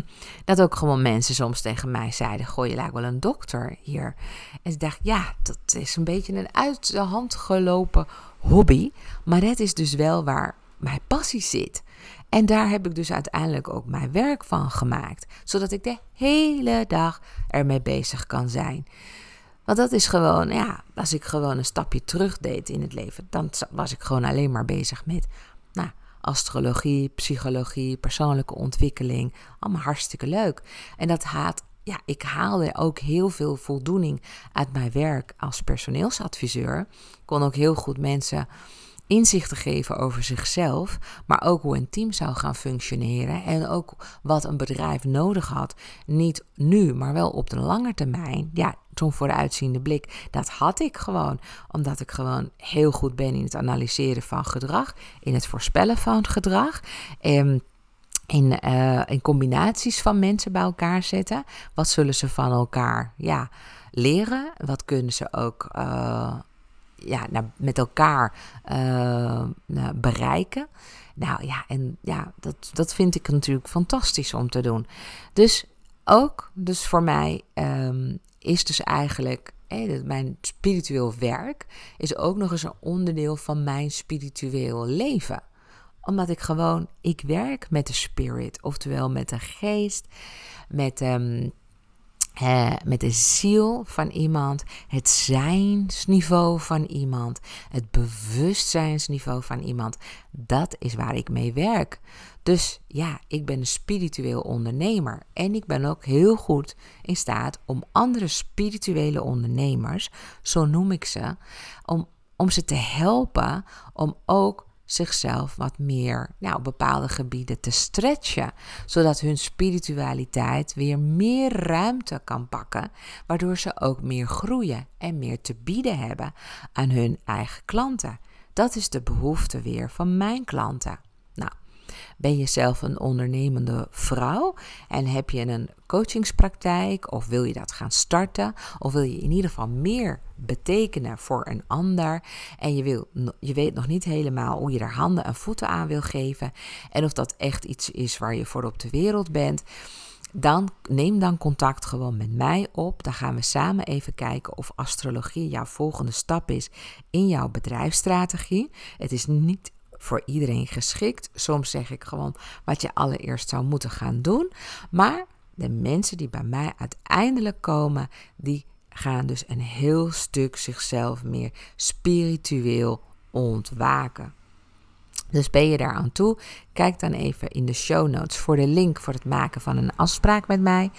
Dat ook gewoon mensen soms tegen mij zeiden, goh, je lijkt wel een dokter hier. En ik dacht, ja, dat is een beetje een uit de hand gelopen hobby. Maar het is dus wel waar mijn passie zit. En daar heb ik dus uiteindelijk ook mijn werk van gemaakt. Zodat ik de hele dag ermee bezig kan zijn. Want dat is gewoon, ja, als ik gewoon een stapje terug deed in het leven, dan was ik gewoon alleen maar bezig met, nou, astrologie, psychologie, persoonlijke ontwikkeling. Allemaal hartstikke leuk. En dat haat, ja, ik haalde ook heel veel voldoening uit mijn werk als personeelsadviseur. Ik kon ook heel goed mensen inzichten geven over zichzelf, maar ook hoe een team zou gaan functioneren en ook wat een bedrijf nodig had. Niet nu, maar wel op de lange termijn. Ja, zo'n vooruitziende blik, dat had ik gewoon, omdat ik gewoon heel goed ben in het analyseren van gedrag, in het voorspellen van gedrag, en in, uh, in combinaties van mensen bij elkaar zetten. Wat zullen ze van elkaar ja, leren? Wat kunnen ze ook Uh, ja, nou, met elkaar uh, nou, bereiken. Nou ja, en ja, dat, dat vind ik natuurlijk fantastisch om te doen. Dus ook, dus voor mij um, is dus eigenlijk, eh, mijn spiritueel werk is ook nog eens een onderdeel van mijn spiritueel leven. Omdat ik gewoon, ik werk met de spirit, oftewel met de geest, met um, Uh, met de ziel van iemand, het zijnsniveau van iemand, het bewustzijnsniveau van iemand. Dat is waar ik mee werk. Dus ja, ik ben een spiritueel ondernemer. En ik ben ook heel goed in staat om andere spirituele ondernemers, zo noem ik ze, om, om ze te helpen om ook zichzelf wat meer nou, op bepaalde gebieden te stretchen, zodat hun spiritualiteit weer meer ruimte kan pakken, waardoor ze ook meer groeien en meer te bieden hebben aan hun eigen klanten. Dat is de behoefte weer van mijn klanten. Nou, ben je zelf een ondernemende vrouw en heb je een coachingspraktijk of wil je dat gaan starten of wil je in ieder geval meer betekenen voor een ander en je, wil, je weet nog niet helemaal hoe je er handen en voeten aan wil geven en of dat echt iets is waar je voor op de wereld bent, dan neem dan contact gewoon met mij op. Dan gaan we samen even kijken of astrologie jouw volgende stap is in jouw bedrijfsstrategie. Het is niet voor iedereen geschikt. Soms zeg ik gewoon wat je allereerst zou moeten gaan doen. Maar de mensen die bij mij uiteindelijk komen, die gaan dus een heel stuk zichzelf meer spiritueel ontwaken. Dus ben je daar aan toe? Kijk dan even in de show notes voor de link voor het maken van een afspraak met mij.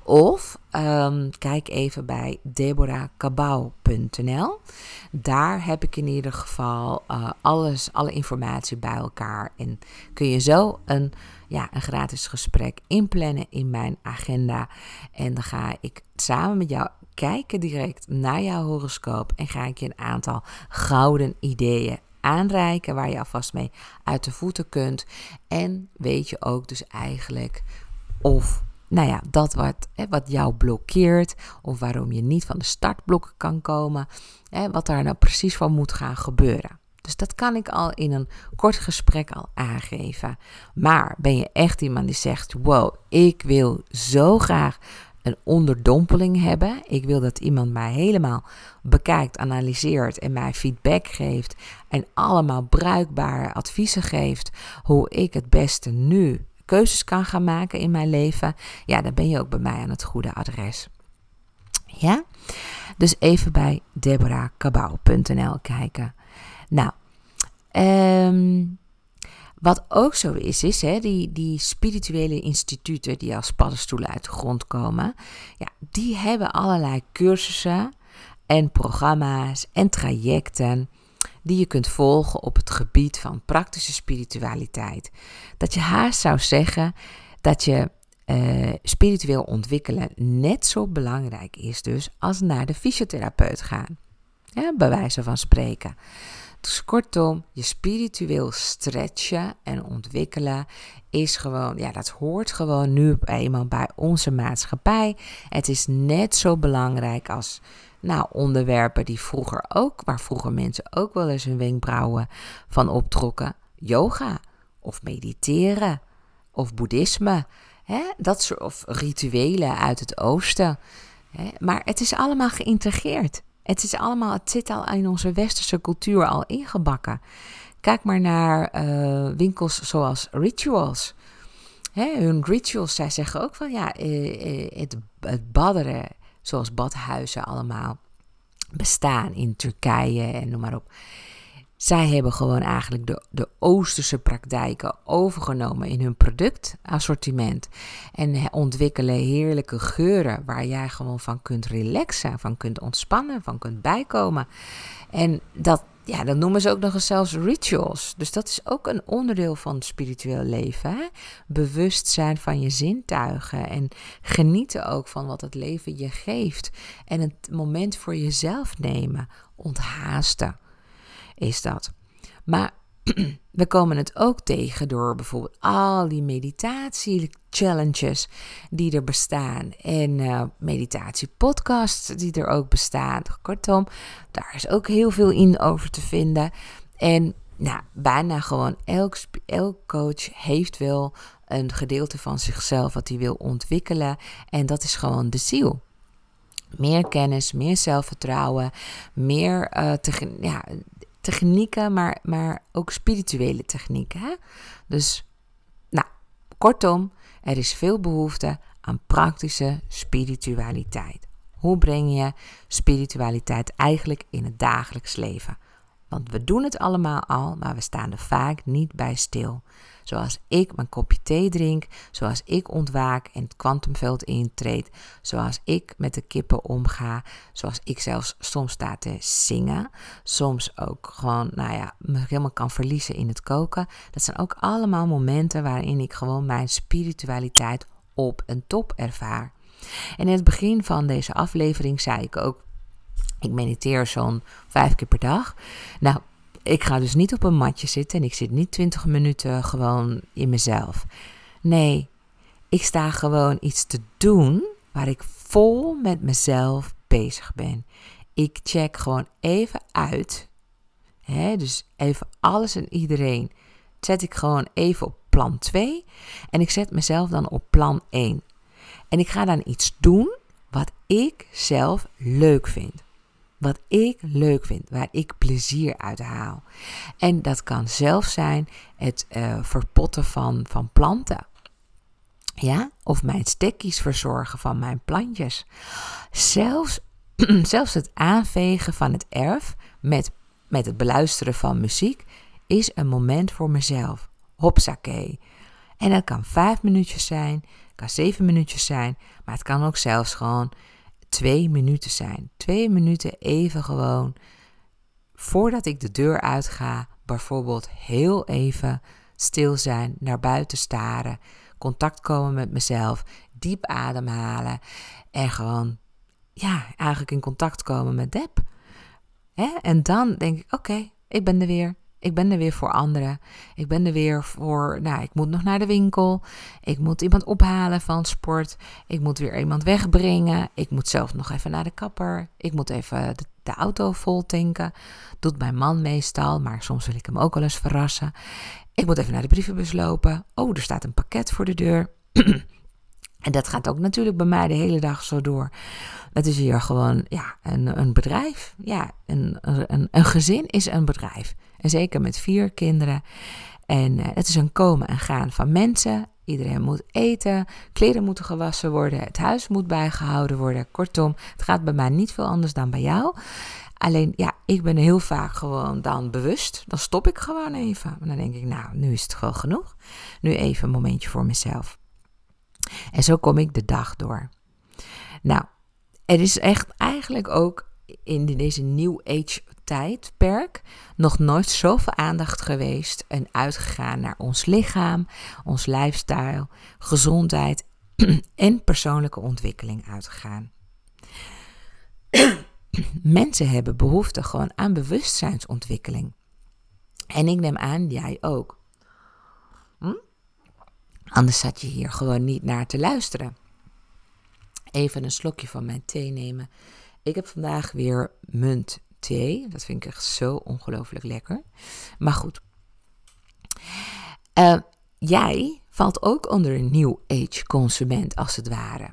Of um, kijk even bij deborah cabau punt n l. Daar heb ik in ieder geval uh, alles, alle informatie bij elkaar. En kun je zo een, ja, een gratis gesprek inplannen in mijn agenda. En dan ga ik samen met jou kijken direct naar jouw horoscoop en ga ik je een aantal gouden ideeën aanreiken waar je alvast mee uit de voeten kunt. En weet je ook dus eigenlijk of, nou ja, dat wat, hè, wat jou blokkeert of waarom je niet van de startblokken kan komen, hè, wat daar nou precies van moet gaan gebeuren. Dus dat kan ik al in een kort gesprek al aangeven. Maar ben je echt iemand die zegt, wow, ik wil zo graag een onderdompeling hebben. Ik wil dat iemand mij helemaal bekijkt, analyseert en mij feedback geeft. En allemaal bruikbare adviezen geeft hoe ik het beste nu keuzes kan gaan maken in mijn leven. Ja, dan ben je ook bij mij aan het goede adres. Ja? Dus even bij deborah cabau punt n l kijken. Nou, um, wat ook zo is, is hè, die, die spirituele instituten die als paddenstoelen uit de grond komen, ja, die hebben allerlei cursussen en programma's en trajecten die je kunt volgen op het gebied van praktische spiritualiteit. Dat je haast zou zeggen dat je uh, spiritueel ontwikkelen net zo belangrijk is dus als naar de fysiotherapeut gaan. Ja, bij wijze van spreken. Dus kortom, je spiritueel stretchen en ontwikkelen is gewoon, ja, dat hoort gewoon nu eenmaal bij onze maatschappij. Het is net zo belangrijk als, nou, onderwerpen die vroeger ook, waar vroeger mensen ook wel eens hun wenkbrauwen van optrokken. Yoga, of mediteren, of boeddhisme, hè? Dat soort, of rituelen uit het oosten. Hè? Maar het is allemaal geïntegreerd. Het is allemaal, het zit al in onze westerse cultuur al ingebakken. Kijk maar naar uh, winkels zoals Rituals. Hè, hun rituals, zij zeggen ook van ja, uh, uh, het, het badderen, zoals badhuizen allemaal bestaan in Turkije en noem maar op. Zij hebben gewoon eigenlijk de, de Oosterse praktijken overgenomen in hun productassortiment. En ontwikkelen heerlijke geuren waar jij gewoon van kunt relaxen, van kunt ontspannen, van kunt bijkomen. En dat, ja, dat noemen ze ook nog eens zelfs rituals. Dus dat is ook een onderdeel van het spiritueel leven. Hè? Bewustzijn van je zintuigen en genieten ook van wat het leven je geeft. En het moment voor jezelf nemen, onthaasten. Is dat. Maar we komen het ook tegen door bijvoorbeeld al die meditatie-challenges die er bestaan. En uh, meditatie-podcasts die er ook bestaan. Kortom, daar is ook heel veel in over te vinden. En nou, bijna gewoon elk, elk coach heeft wel een gedeelte van zichzelf wat hij wil ontwikkelen. En dat is gewoon de ziel. Meer kennis, meer zelfvertrouwen, meer uh, te, ja, technieken, maar, maar ook spirituele technieken. Hè? Dus, nou, kortom, er is veel behoefte aan praktische spiritualiteit. Hoe breng je spiritualiteit eigenlijk in het dagelijks leven? Want we doen het allemaal al, maar we staan er vaak niet bij stil. Zoals ik mijn kopje thee drink, zoals ik ontwaak en het kwantumveld intreed, zoals ik met de kippen omga, zoals ik zelfs soms sta te zingen, soms ook gewoon, nou ja, me helemaal kan verliezen in het koken. Dat zijn ook allemaal momenten waarin ik gewoon mijn spiritualiteit op een top ervaar. En in het begin van deze aflevering zei ik ook, ik mediteer zo'n vijf keer per dag. Nou, ik ga dus niet op een matje zitten en ik zit niet twintig minuten gewoon in mezelf. Nee, ik sta gewoon iets te doen waar ik vol met mezelf bezig ben. Ik check gewoon even uit. Hè, dus even alles en iedereen zet ik gewoon even op plan twee. En ik zet mezelf dan op plan één. En ik ga dan iets doen wat ik zelf leuk vind. Wat ik leuk vind, waar ik plezier uit haal. En dat kan zelf zijn het uh, verpotten van, van planten. Ja? Of mijn stekkies verzorgen van mijn plantjes. Zelfs, zelfs het aanvegen van het erf met, met het beluisteren van muziek is een moment voor mezelf. Hopsakee. En dat kan vijf minuutjes zijn, kan zeven minuutjes zijn, maar het kan ook zelfs gewoon twee minuten zijn. Twee minuten even gewoon, voordat ik de deur uitga, bijvoorbeeld heel even stil zijn, naar buiten staren, contact komen met mezelf, diep ademhalen en gewoon, ja, eigenlijk in contact komen met Deb. Hè? En dan denk ik, oké, okay, ik ben er weer. Ik ben er weer voor anderen. Ik ben er weer voor, nou, ik moet nog naar de winkel. Ik moet iemand ophalen van sport. Ik moet weer iemand wegbrengen. Ik moet zelf nog even naar de kapper. Ik moet even de, de auto vol tanken. Doet mijn man meestal, maar soms wil ik hem ook wel eens verrassen. Ik moet even naar de brievenbus lopen. Oh, er staat een pakket voor de deur. En dat gaat ook natuurlijk bij mij de hele dag zo door. Het is hier gewoon, ja, een, een bedrijf. Ja, een, een, een gezin is een bedrijf. En zeker met vier kinderen. En uh, het is een komen en gaan van mensen. Iedereen moet eten, kleren moeten gewassen worden, het huis moet bijgehouden worden. Kortom, het gaat bij mij niet veel anders dan bij jou. Alleen, ja, ik ben heel vaak gewoon dan bewust. Dan stop ik gewoon even. En dan denk ik, nou, nu is het gewoon genoeg. Nu even een momentje voor mezelf. En zo kom ik de dag door. Nou, er is echt eigenlijk ook in deze New Age tijdperk nog nooit zoveel aandacht geweest en uitgegaan naar ons lichaam, ons lifestyle, gezondheid en persoonlijke ontwikkeling uitgegaan. Mensen hebben behoefte gewoon aan bewustzijnsontwikkeling. En ik neem aan, jij ook. Hm? Anders zat je hier gewoon niet naar te luisteren. Even een slokje van mijn thee nemen. Ik heb vandaag weer muntthee. Dat vind ik echt zo ongelooflijk lekker. Maar goed. Uh, jij valt ook onder een New Age consument als het ware.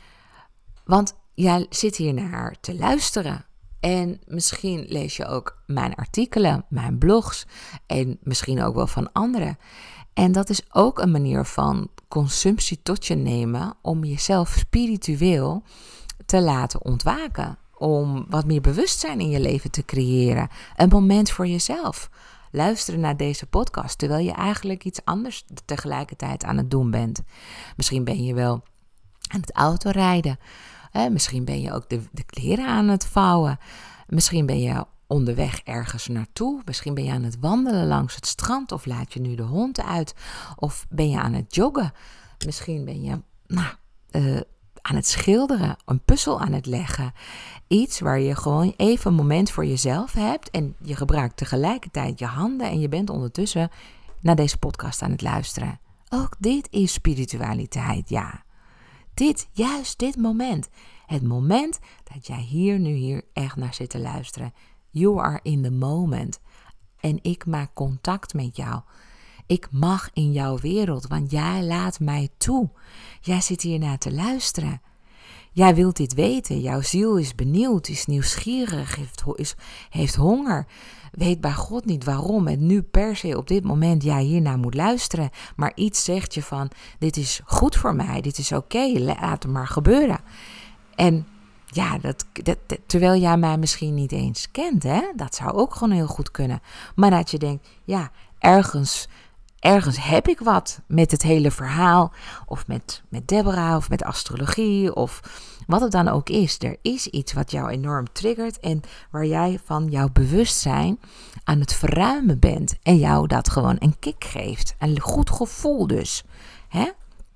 Want jij zit hier naar te luisteren. En misschien lees je ook mijn artikelen, mijn blogs. En misschien ook wel van anderen. En dat is ook een manier van consumptie tot je nemen om jezelf spiritueel te laten ontwaken. Om wat meer bewustzijn in je leven te creëren. Een moment voor jezelf. Luisteren naar deze podcast terwijl je eigenlijk iets anders tegelijkertijd aan het doen bent. Misschien ben je wel aan het autorijden. Eh, misschien ben je ook de, de kleren aan het vouwen. Misschien ben je onderweg ergens naartoe. Misschien ben je aan het wandelen langs het strand of laat je nu de hond uit. Of ben je aan het joggen. Misschien ben je nou, uh, aan het schilderen, een puzzel aan het leggen. Iets waar je gewoon even een moment voor jezelf hebt en je gebruikt tegelijkertijd je handen en je bent ondertussen naar deze podcast aan het luisteren. Ook dit is spiritualiteit, ja. Dit, juist dit moment. Het moment dat jij hier nu hier echt naar zit te luisteren. You are in the moment. En ik maak contact met jou. Ik mag in jouw wereld, want jij laat mij toe. Jij zit hier naar te luisteren. Jij wilt dit weten. Jouw ziel is benieuwd, is nieuwsgierig, heeft, is, heeft honger. Weet bij God niet waarom en nu per se op dit moment jij hiernaar moet luisteren. Maar iets zegt je van, dit is goed voor mij, dit is oké, okay, laat het maar gebeuren. En ja, dat, dat, terwijl jij mij misschien niet eens kent, hè? Dat zou ook gewoon heel goed kunnen. Maar dat je denkt, ja, ergens, ergens heb ik wat met het hele verhaal. Of met, met Deborah, of met astrologie, of wat het dan ook is. Er is iets wat jou enorm triggert en waar jij van jouw bewustzijn aan het verruimen bent. En jou dat gewoon een kick geeft. Een goed gevoel dus. Hè?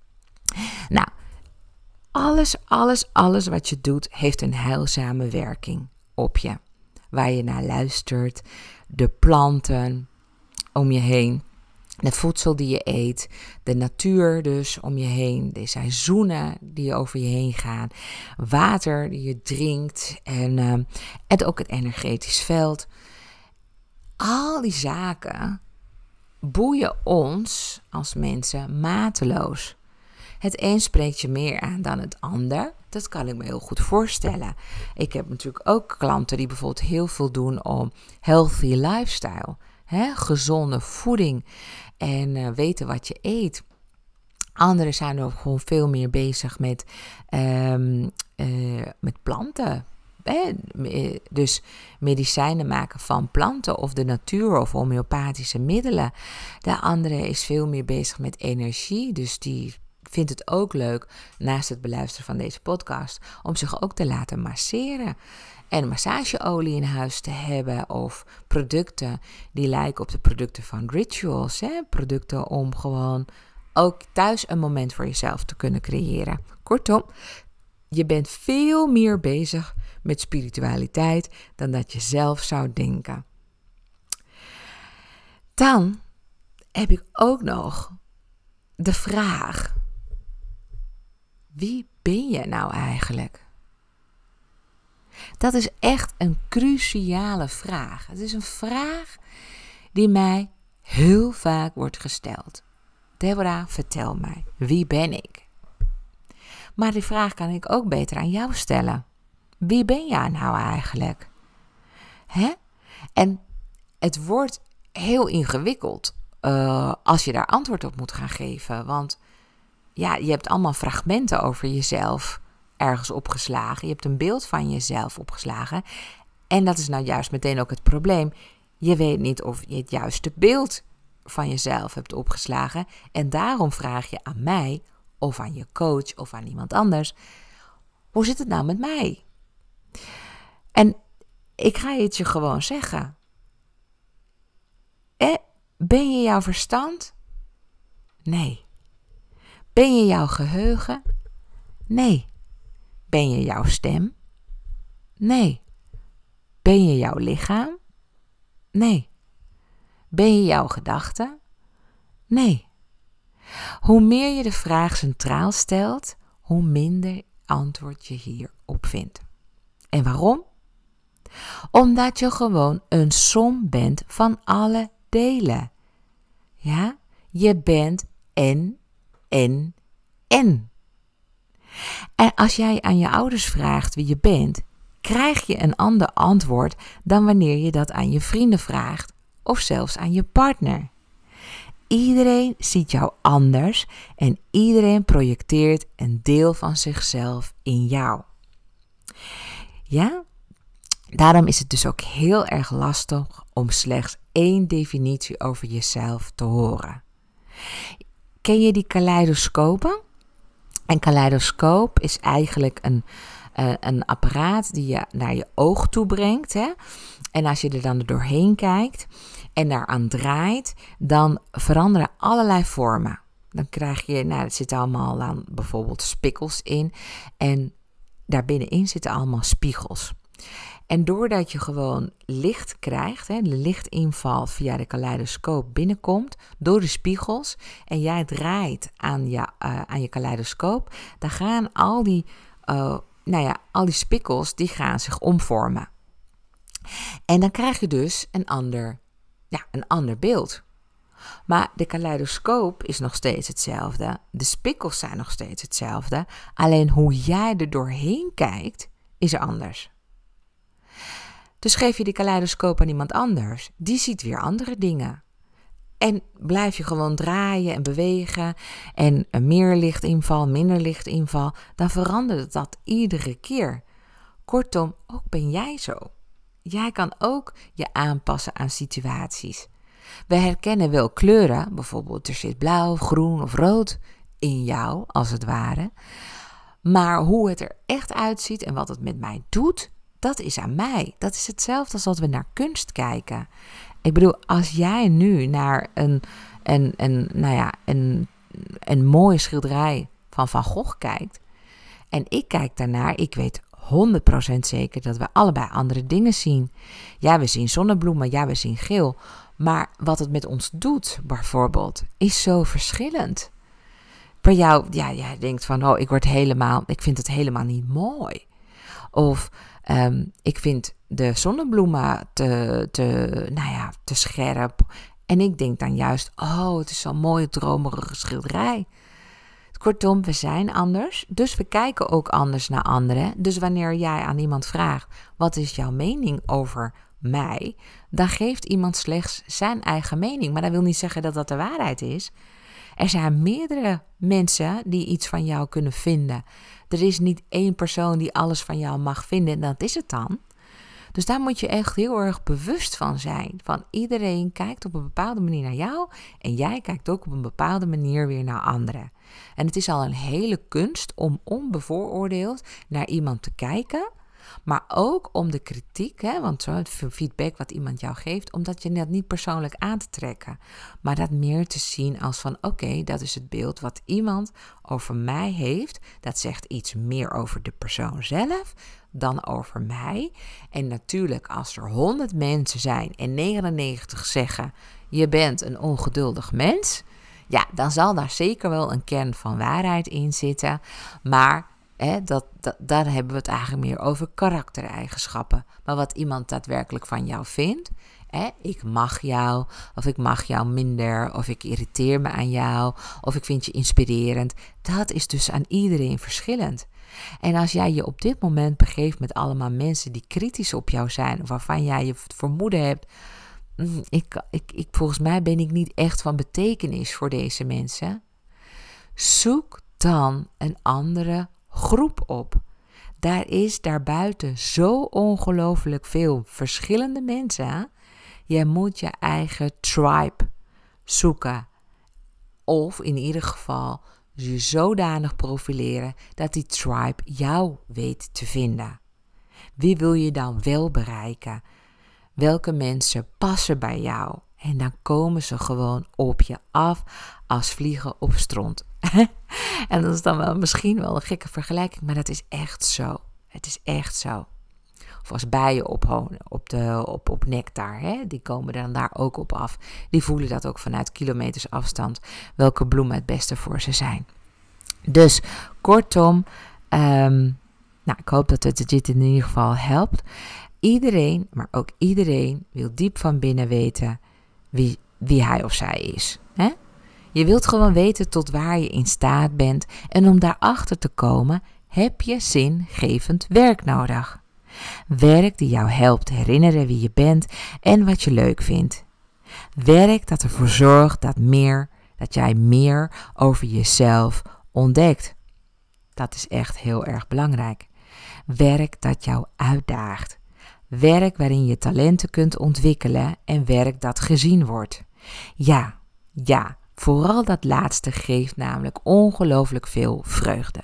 Nou, Alles, alles, alles wat je doet heeft een heilzame werking op je. Waar je naar luistert, de planten om je heen, de voedsel die je eet, de natuur dus om je heen, de seizoenen die over je heen gaan, water die je drinkt en, uh, en ook het energetisch veld. Al die zaken boeien ons als mensen mateloos. Het een spreekt je meer aan dan het ander. Dat kan ik me heel goed voorstellen. Ik heb natuurlijk ook klanten die bijvoorbeeld heel veel doen om healthy lifestyle. Hè? Gezonde voeding en uh, weten wat je eet. Anderen zijn ook gewoon veel meer bezig met, um, uh, met planten. Hè? Dus medicijnen maken van planten of de natuur of homeopathische middelen. De andere is veel meer bezig met energie. Dus die vindt het ook leuk, naast het beluisteren van deze podcast, om zich ook te laten masseren. En massageolie in huis te hebben of producten die lijken op de producten van Rituals. Hè? Producten om gewoon ook thuis een moment voor jezelf te kunnen creëren. Kortom, je bent veel meer bezig met spiritualiteit dan dat je zelf zou denken. Dan heb ik ook nog de vraag: wie ben je nou eigenlijk? Dat is echt een cruciale vraag. Het is een vraag die mij heel vaak wordt gesteld. Deborah, vertel mij, wie ben ik? Maar die vraag kan ik ook beter aan jou stellen. Wie ben jij nou eigenlijk? Hè? En het wordt heel ingewikkeld uh, als je daar antwoord op moet gaan geven. Want ja, je hebt allemaal fragmenten over jezelf ergens opgeslagen. Je hebt een beeld van jezelf opgeslagen. En dat is nou juist meteen ook het probleem. Je weet niet of je het juiste beeld van jezelf hebt opgeslagen. En daarom vraag je aan mij of aan je coach of aan iemand anders: hoe zit het nou met mij? En ik ga het je gewoon zeggen. Eh, ben je jouw verstand? Nee. Ben je jouw geheugen? Nee. Ben je jouw stem? Nee. Ben je jouw lichaam? Nee. Ben je jouw gedachten? Nee. Hoe meer je de vraag centraal stelt, hoe minder antwoord je hierop vindt. En waarom? Omdat je gewoon een som bent van alle delen. Ja, je bent en, en, en. En als jij aan je ouders vraagt wie je bent, krijg je een ander antwoord dan wanneer je dat aan je vrienden vraagt of zelfs aan je partner. Iedereen ziet jou anders en iedereen projecteert een deel van zichzelf in jou. Ja, daarom is het dus ook heel erg lastig om slechts één definitie over jezelf te horen. Ken je die kaleidoscopen? Een kaleidoscoop is eigenlijk een, uh, een apparaat die je naar je oog toe brengt. Hè? En als je er dan doorheen kijkt en daaraan draait, dan veranderen allerlei vormen. Dan krijg je, nou, er zitten allemaal dan bijvoorbeeld spikkels in. En daarbinnenin zitten allemaal spiegels. En doordat je gewoon licht krijgt, hè, de lichtinval via de kaleidoscoop binnenkomt, door de spiegels, en jij draait aan je, uh, aan je kaleidoscoop, dan gaan al die, uh, nou ja, al die spikkels, die gaan zich omvormen. En dan krijg je dus een ander, ja, een ander beeld. Maar de kaleidoscoop is nog steeds hetzelfde. De spikkels zijn nog steeds hetzelfde. Alleen hoe jij er doorheen kijkt, is er anders. Dus geef je die kaleidoscoop aan iemand anders, die ziet weer andere dingen. En blijf je gewoon draaien en bewegen en meer lichtinval, minder lichtinval, dan verandert dat iedere keer. Kortom, ook ben jij zo. Jij kan ook je aanpassen aan situaties. We herkennen wel kleuren, bijvoorbeeld er zit blauw, groen of rood in jou, als het ware. Maar hoe het er echt uitziet en wat het met mij doet, dat is aan mij. Dat is hetzelfde als dat we naar kunst kijken. Ik bedoel, als jij nu naar een, een, een, nou ja, een, een mooie schilderij van Van Gogh kijkt en ik kijk daarnaar, ik weet honderd procent zeker dat we allebei andere dingen zien. Ja, we zien zonnebloemen, ja, we zien geel. Maar wat het met ons doet, bijvoorbeeld, is zo verschillend. Bij jou, ja, jij denkt van, oh, ik word helemaal, ik vind het helemaal niet mooi. Of um, ik vind de zonnebloemen te, te, nou ja, te scherp. En ik denk dan juist, oh, het is zo'n mooie dromerige schilderij. Kortom, we zijn anders, dus we kijken ook anders naar anderen. Dus wanneer jij aan iemand vraagt, wat is jouw mening over mij? Dan geeft iemand slechts zijn eigen mening. Maar dat wil niet zeggen dat dat de waarheid is. Er zijn meerdere mensen die iets van jou kunnen vinden. Er is niet één persoon die alles van jou mag vinden en dat is het dan. Dus daar moet je echt heel erg bewust van zijn. Van iedereen kijkt op een bepaalde manier naar jou en jij kijkt ook op een bepaalde manier weer naar anderen. En het is al een hele kunst om onbevooroordeeld naar iemand te kijken, maar ook om de kritiek, hè, want zo het feedback wat iemand jou geeft, omdat je dat niet persoonlijk aan te trekken, maar dat meer te zien als van oké, okay, dat is het beeld wat iemand over mij heeft. Dat zegt iets meer over de persoon zelf dan over mij. En natuurlijk, als er honderd mensen zijn en negenennegentig zeggen je bent een ongeduldig mens, ja, dan zal daar zeker wel een kern van waarheid in zitten, maar He, dat, dat, daar hebben we het eigenlijk meer over karaktereigenschappen. Maar wat iemand daadwerkelijk van jou vindt, he, ik mag jou, of ik mag jou minder, of ik irriteer me aan jou, of ik vind je inspirerend, dat is dus aan iedereen verschillend. En als jij je op dit moment begeeft met allemaal mensen die kritisch op jou zijn, of waarvan jij je het vermoeden hebt, ik, ik, ik, volgens mij ben ik niet echt van betekenis voor deze mensen, zoek dan een andere groep op. Daar is daarbuiten zo ongelooflijk veel verschillende mensen. Hè? Jij moet je eigen tribe zoeken. Of in ieder geval je zodanig profileren dat die tribe jou weet te vinden. Wie wil je dan wel bereiken? Welke mensen passen bij jou? En dan komen ze gewoon op je af als vliegen op stront. En dat is dan wel misschien wel een gekke vergelijking, maar dat is echt zo. Het is echt zo. Of als bijen op, op, de, op, op nectar, hè? Die komen dan daar ook op af. Die voelen dat ook vanuit kilometers afstand, welke bloemen het beste voor ze zijn. Dus kortom, um, nou, ik hoop dat het dit in ieder geval helpt. Iedereen, maar ook iedereen wil diep van binnen weten wie, wie hij of zij is. Hè? Je wilt gewoon weten tot waar je in staat bent en om daarachter te komen heb je zingevend werk nodig. Werk die jou helpt herinneren wie je bent en wat je leuk vindt. Werk dat ervoor zorgt dat, meer, dat jij meer over jezelf ontdekt. Dat is echt heel erg belangrijk. Werk dat jou uitdaagt. Werk waarin je talenten kunt ontwikkelen en werk dat gezien wordt. Ja, ja, vooral dat laatste geeft namelijk ongelooflijk veel vreugde.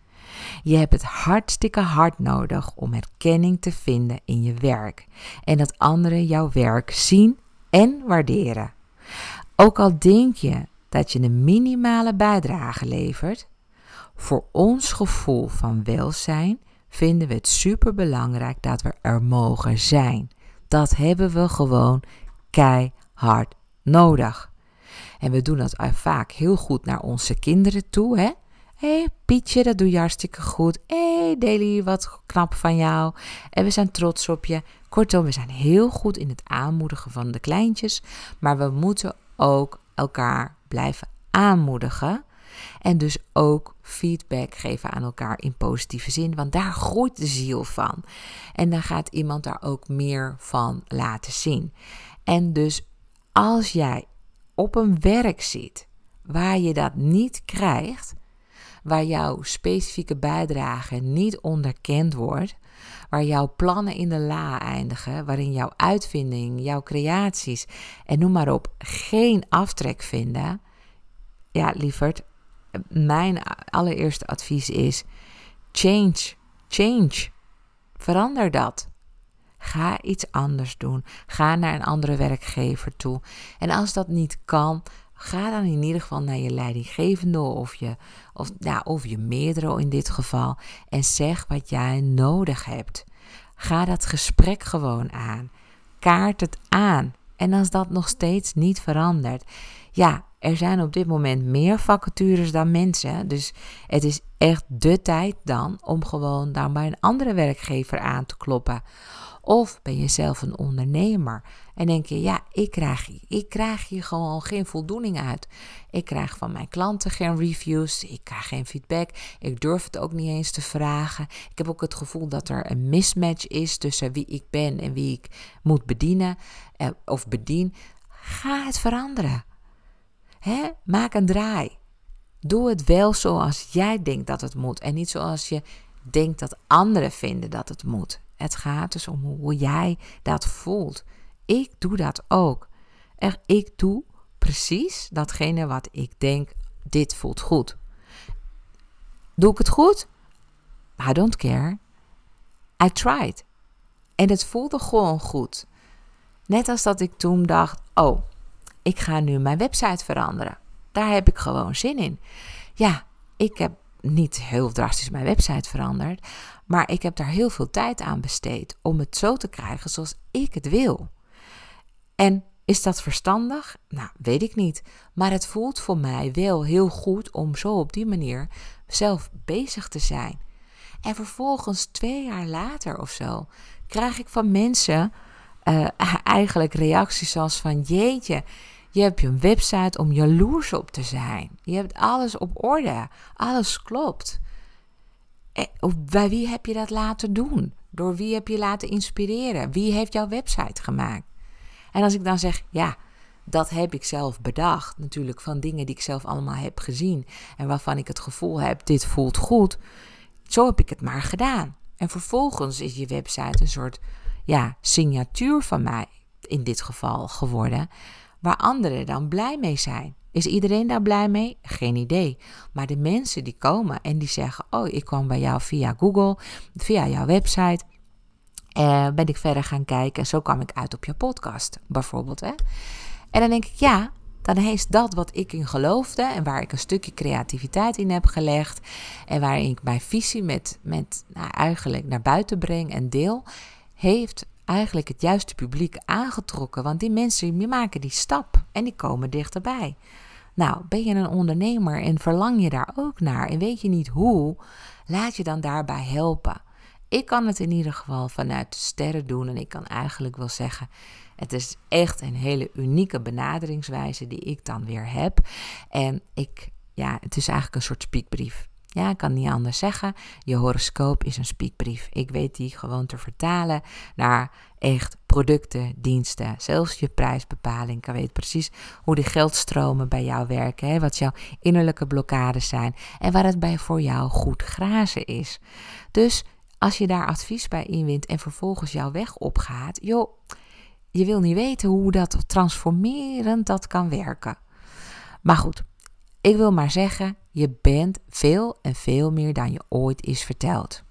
Je hebt het hartstikke hard nodig om erkenning te vinden in je werk en dat anderen jouw werk zien en waarderen. Ook al denk je dat je een minimale bijdrage levert, voor ons gevoel van welzijn vinden we het superbelangrijk dat we er mogen zijn. Dat hebben we gewoon keihard nodig. En we doen dat vaak heel goed naar onze kinderen toe, hè? Hé, hey, Pietje, dat doe je hartstikke goed. Hé, hey, Deli, wat knap van jou. En we zijn trots op je. Kortom, we zijn heel goed in het aanmoedigen van de kleintjes. Maar we moeten ook elkaar blijven aanmoedigen. En dus ook feedback geven aan elkaar in positieve zin. Want daar groeit de ziel van. En dan gaat iemand daar ook meer van laten zien. En dus als jij op een werk zit waar je dat niet krijgt, waar jouw specifieke bijdrage niet onderkend wordt, waar jouw plannen in de la eindigen, waarin jouw uitvinding, jouw creaties en noem maar op geen aftrek vinden, ja, lieverd, mijn allereerste advies is change, change, verander dat. Ga iets anders doen. Ga naar een andere werkgever toe. En als dat niet kan, ga dan in ieder geval naar je leidinggevende of je, of, ja, of je meerdere in dit geval. En zeg wat jij nodig hebt. Ga dat gesprek gewoon aan. Kaart het aan. En als dat nog steeds niet verandert, ja, er zijn op dit moment meer vacatures dan mensen. Dus het is echt de tijd dan om gewoon daar bij een andere werkgever aan te kloppen. Of ben je zelf een ondernemer en denk je, ja, ik krijg, ik krijg hier gewoon geen voldoening uit. Ik krijg van mijn klanten geen reviews, ik krijg geen feedback. Ik durf het ook niet eens te vragen. Ik heb ook het gevoel dat er een mismatch is tussen wie ik ben en wie ik moet bedienen eh, of bedien. Ga het veranderen. Hè? Maak een draai. Doe het wel zoals jij denkt dat het moet en niet zoals je denkt dat anderen vinden dat het moet. Het gaat dus om hoe jij dat voelt. Ik doe dat ook. Echt, ik doe precies datgene wat ik denk, dit voelt goed. Doe ik het goed? I don't care. I tried. En het voelde gewoon goed. Net als dat ik toen dacht, oh, ik ga nu mijn website veranderen. Daar heb ik gewoon zin in. Ja, ik heb niet heel drastisch mijn website veranderd, maar ik heb daar heel veel tijd aan besteed om het zo te krijgen zoals ik het wil. En is dat verstandig? Nou, weet ik niet. Maar het voelt voor mij wel heel goed om zo op die manier zelf bezig te zijn. En vervolgens twee jaar later of zo krijg ik van mensen uh, eigenlijk reacties als van jeetje, je hebt een website om jaloers op te zijn. Je hebt alles op orde. Alles klopt. Eh, bij wie heb je dat laten doen? Door wie heb je laten inspireren? Wie heeft jouw website gemaakt? En als ik dan zeg, ja, dat heb ik zelf bedacht. Natuurlijk van dingen die ik zelf allemaal heb gezien. En waarvan ik het gevoel heb, dit voelt goed. Zo heb ik het maar gedaan. En vervolgens is je website een soort ja, signatuur van mij, in dit geval geworden, waar anderen dan blij mee zijn. Is iedereen daar blij mee? Geen idee. Maar de mensen die komen en die zeggen, oh, ik kwam bij jou via Google, via jouw website, eh, ben ik verder gaan kijken en zo kwam ik uit op jouw podcast, bijvoorbeeld. Hè? En dan denk ik, ja, dan is dat wat ik in geloofde en waar ik een stukje creativiteit in heb gelegd en waarin ik mijn visie met, met nou, eigenlijk naar buiten breng en deel, heeft eigenlijk het juiste publiek aangetrokken. Want die mensen die maken die stap en die komen dichterbij. Nou, ben je een ondernemer en verlang je daar ook naar en weet je niet hoe, laat je dan daarbij helpen. Ik kan het in ieder geval vanuit de sterren doen en ik kan eigenlijk wel zeggen, het is echt een hele unieke benaderingswijze die ik dan weer heb. En ik, ja, het is eigenlijk een soort spiekbrief. Ja, ik kan niet anders zeggen. Je horoscoop is een spiekbrief. Ik weet die gewoon te vertalen naar echt producten, diensten. Zelfs je prijsbepaling. Ik weet precies hoe de geldstromen bij jou werken. Hè, wat jouw innerlijke blokkades zijn. En waar het bij voor jou goed grazen is. Dus als je daar advies bij inwint en vervolgens jouw weg opgaat. Joh, je wil niet weten hoe dat transformerend dat kan werken. Maar goed. Ik wil maar zeggen, je bent veel en veel meer dan je ooit is verteld.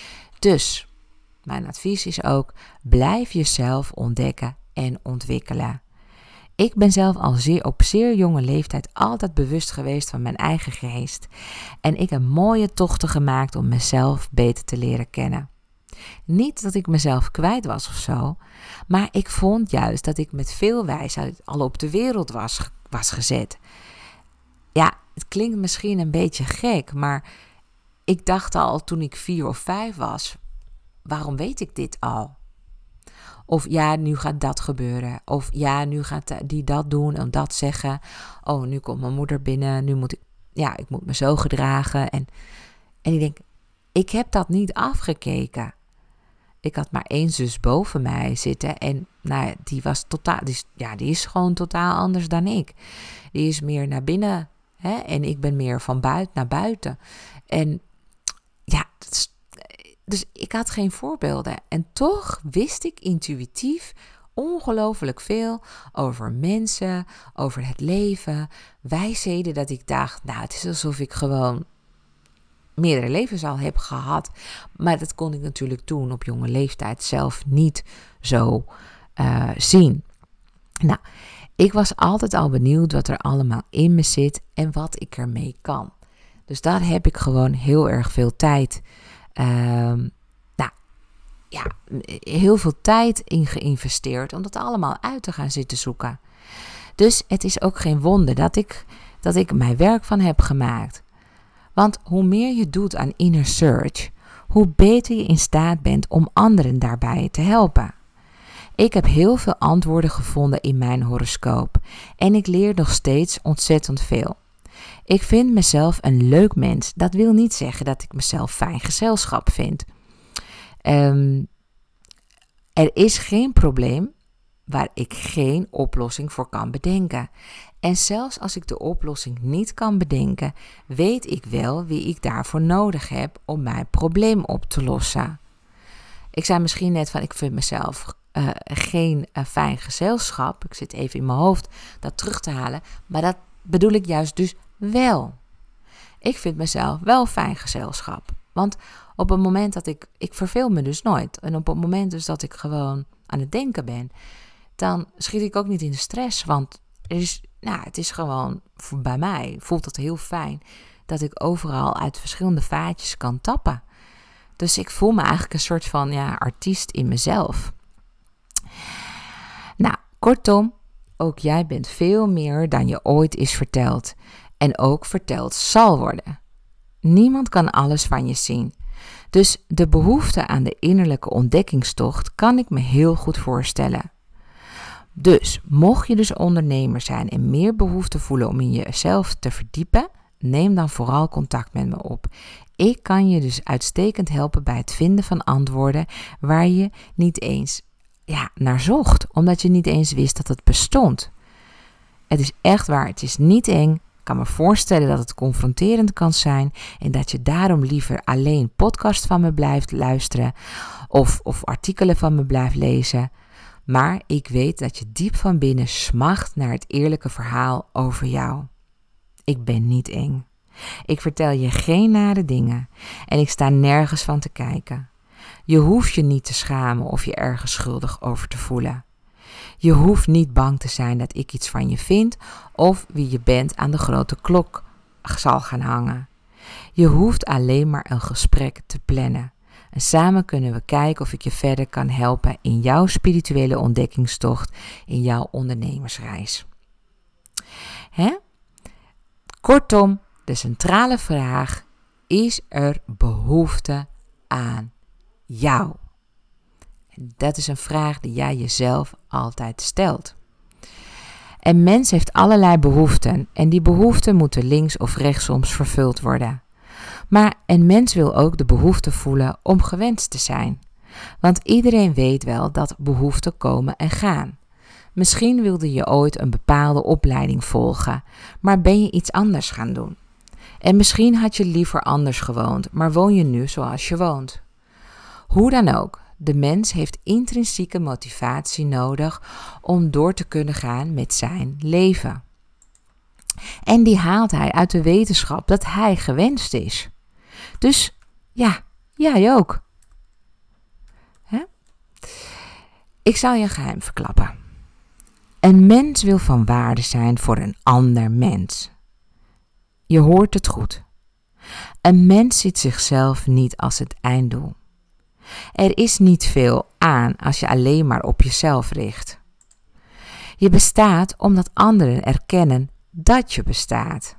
Dus, mijn advies is ook, blijf jezelf ontdekken en ontwikkelen. Ik ben zelf al zeer, op zeer jonge leeftijd altijd bewust geweest van mijn eigen geest. En ik heb mooie tochten gemaakt om mezelf beter te leren kennen. Niet dat ik mezelf kwijt was of zo, maar ik vond juist dat ik met veel wijsheid al op de wereld was, was gezet. Ja, het klinkt misschien een beetje gek, maar ik dacht al toen ik vier of vijf was, waarom weet ik dit al? Of ja, nu gaat dat gebeuren. Of ja, nu gaat die dat doen en dat zeggen. Oh, nu komt mijn moeder binnen, nu moet ik, ja, ik moet me zo gedragen. En, en ik denk, ik heb dat niet afgekeken. Ik had maar één zus boven mij zitten en nou, die was totaal, die, ja, die is gewoon totaal anders dan ik. Die is meer naar binnen. Hè? En ik ben meer van buiten naar buiten. En ja, is, dus ik had geen voorbeelden. En toch wist ik intuïtief ongelooflijk veel over mensen, over het leven. Wijsheden dat ik dacht, nou, het is alsof ik gewoon meerdere levens al heb gehad. Maar dat kon ik natuurlijk toen op jonge leeftijd zelf niet zo uh, zien. Nou, ik was altijd al benieuwd wat er allemaal in me zit en wat ik ermee kan. Dus daar heb ik gewoon heel erg veel tijd, uh, nou ja, heel veel tijd in geïnvesteerd om dat allemaal uit te gaan zitten zoeken. Dus het is ook geen wonder dat ik, dat ik mijn werk van heb gemaakt. Want hoe meer je doet aan inner search, hoe beter je in staat bent om anderen daarbij te helpen. Ik heb heel veel antwoorden gevonden in mijn horoscoop en ik leer nog steeds ontzettend veel. Ik vind mezelf een leuk mens. Dat wil niet zeggen dat ik mezelf fijn gezelschap vind. Um, er is geen probleem waar ik geen oplossing voor kan bedenken. En zelfs als ik de oplossing niet kan bedenken, weet ik wel wie ik daarvoor nodig heb om mijn probleem op te lossen. Ik zei misschien net van, ik vind mezelf uh, geen uh, fijn gezelschap. Ik zit even in mijn hoofd dat terug te halen. Maar dat bedoel ik juist dus wel. Ik vind mezelf wel fijn gezelschap. Want op het moment dat ik, ik verveel me dus nooit. En op het moment dus dat ik gewoon aan het denken ben, dan schiet ik ook niet in de stress. Want er is, nou, het is gewoon, bij mij voelt het heel fijn dat ik overal uit verschillende vaatjes kan tappen. Dus ik voel me eigenlijk een soort van ja, artiest in mezelf. Nou, kortom, ook jij bent veel meer dan je ooit is verteld. En ook verteld zal worden. Niemand kan alles van je zien. Dus de behoefte aan de innerlijke ontdekkingstocht kan ik me heel goed voorstellen. Dus, mocht je dus ondernemer zijn en meer behoefte voelen om in jezelf te verdiepen, neem dan vooral contact met me op. Ik kan je dus uitstekend helpen bij het vinden van antwoorden waar je niet eens ja, naar zocht, omdat je niet eens wist dat het bestond. Het is echt waar, het is niet eng. Ik kan me voorstellen dat het confronterend kan zijn en dat je daarom liever alleen podcast van me blijft luisteren of, of artikelen van me blijft lezen. Maar ik weet dat je diep van binnen smacht naar het eerlijke verhaal over jou. Ik ben niet eng. Ik vertel je geen nare dingen en ik sta nergens van te kijken. Je hoeft je niet te schamen of je ergens schuldig over te voelen. Je hoeft niet bang te zijn dat ik iets van je vind of wie je bent aan de grote klok zal gaan hangen. Je hoeft alleen maar een gesprek te plannen. En samen kunnen we kijken of ik je verder kan helpen in jouw spirituele ontdekkingstocht, in jouw ondernemersreis. Hè? Kortom, de centrale vraag: is er behoefte aan jou? En dat is een vraag die jij jezelf altijd stelt. Een mens heeft allerlei behoeften en die behoeften moeten links of rechtsoms vervuld worden. Maar een mens wil ook de behoefte voelen om gewenst te zijn. Want iedereen weet wel dat behoeften komen en gaan. Misschien wilde je ooit een bepaalde opleiding volgen, maar ben je iets anders gaan doen. En misschien had je liever anders gewoond, maar woon je nu zoals je woont. Hoe dan ook, de mens heeft intrinsieke motivatie nodig om door te kunnen gaan met zijn leven. En die haalt hij uit de wetenschap dat hij gewenst is. Dus ja, jij ook. Hè? Ik zal je een geheim verklappen. Een mens wil van waarde zijn voor een ander mens. Je hoort het goed. Een mens ziet zichzelf niet als het einddoel. Er is niet veel aan als je alleen maar op jezelf richt. Je bestaat omdat anderen erkennen dat je bestaat.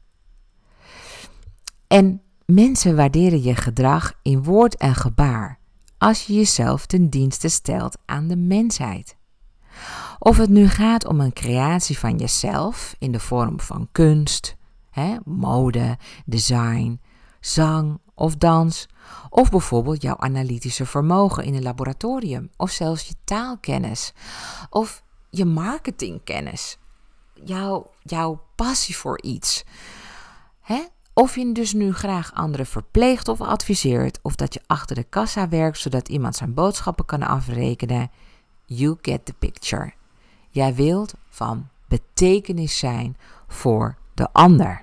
En mensen waarderen je gedrag in woord en gebaar als je jezelf ten dienste stelt aan de mensheid. Of het nu gaat om een creatie van jezelf in de vorm van kunst, hè, mode, design, zang of dans, of bijvoorbeeld jouw analytische vermogen in een laboratorium, of zelfs je taalkennis, of je marketingkennis, jouw, jouw passie voor iets. Hè? Of je dus nu graag anderen verpleegt of adviseert, of dat je achter de kassa werkt zodat iemand zijn boodschappen kan afrekenen. You get the picture. Jij wilt van betekenis zijn voor de ander.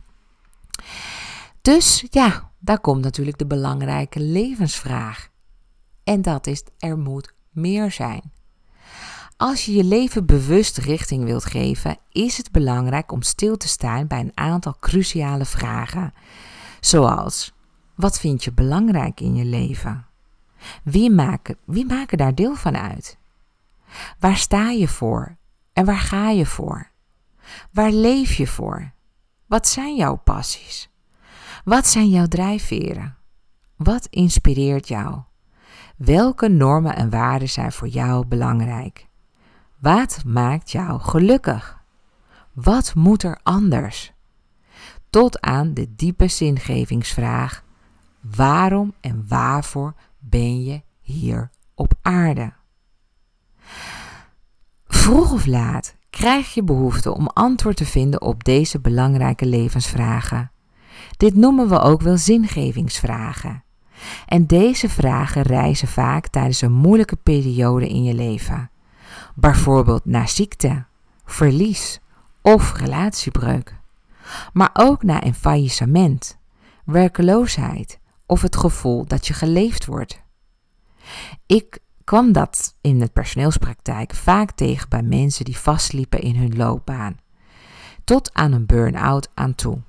Dus ja, daar komt natuurlijk de belangrijke levensvraag. En dat is, er moet meer zijn. Als je je leven bewust richting wilt geven, is het belangrijk om stil te staan bij een aantal cruciale vragen. Zoals, wat vind je belangrijk in je leven? Wie maken, wie maken daar deel van uit? Waar sta je voor en waar ga je voor? Waar leef je voor? Wat zijn jouw passies? Wat zijn jouw drijfveren? Wat inspireert jou? Welke normen en waarden zijn voor jou belangrijk? Wat maakt jou gelukkig? Wat moet er anders? Tot aan de diepe zingevingsvraag: waarom en waarvoor ben je hier op aarde? Vroeg of laat krijg je behoefte om antwoord te vinden op deze belangrijke levensvragen. Dit noemen we ook wel zingevingsvragen. En deze vragen rijzen vaak tijdens een moeilijke periode in je leven. Bijvoorbeeld na ziekte, verlies of relatiebreuk. Maar ook na een faillissement, werkeloosheid of het gevoel dat je geleefd wordt. Ik kwam dat in de personeelspraktijk vaak tegen bij mensen die vastliepen in hun loopbaan. Tot aan een burn-out aan toe.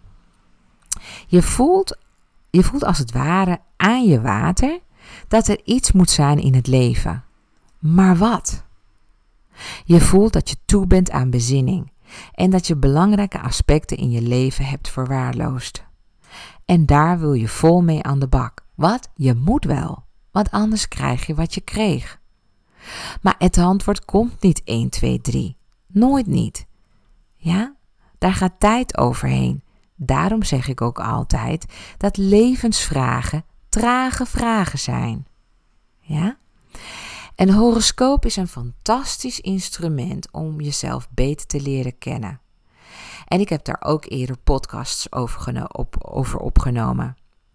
Je voelt, je voelt als het ware aan je water dat er iets moet zijn in het leven. Maar wat? Je voelt dat je toe bent aan bezinning en dat je belangrijke aspecten in je leven hebt verwaarloosd. En daar wil je vol mee aan de bak. Wat? Je moet wel, want anders krijg je wat je kreeg. Maar het antwoord komt niet één, twee, drie. Nooit niet. Ja? Daar gaat tijd overheen. Daarom zeg ik ook altijd dat levensvragen trage vragen zijn. Ja? Een horoscoop is een fantastisch instrument om jezelf beter te leren kennen. En ik heb daar ook eerder podcasts over, geno- op, over opgenomen.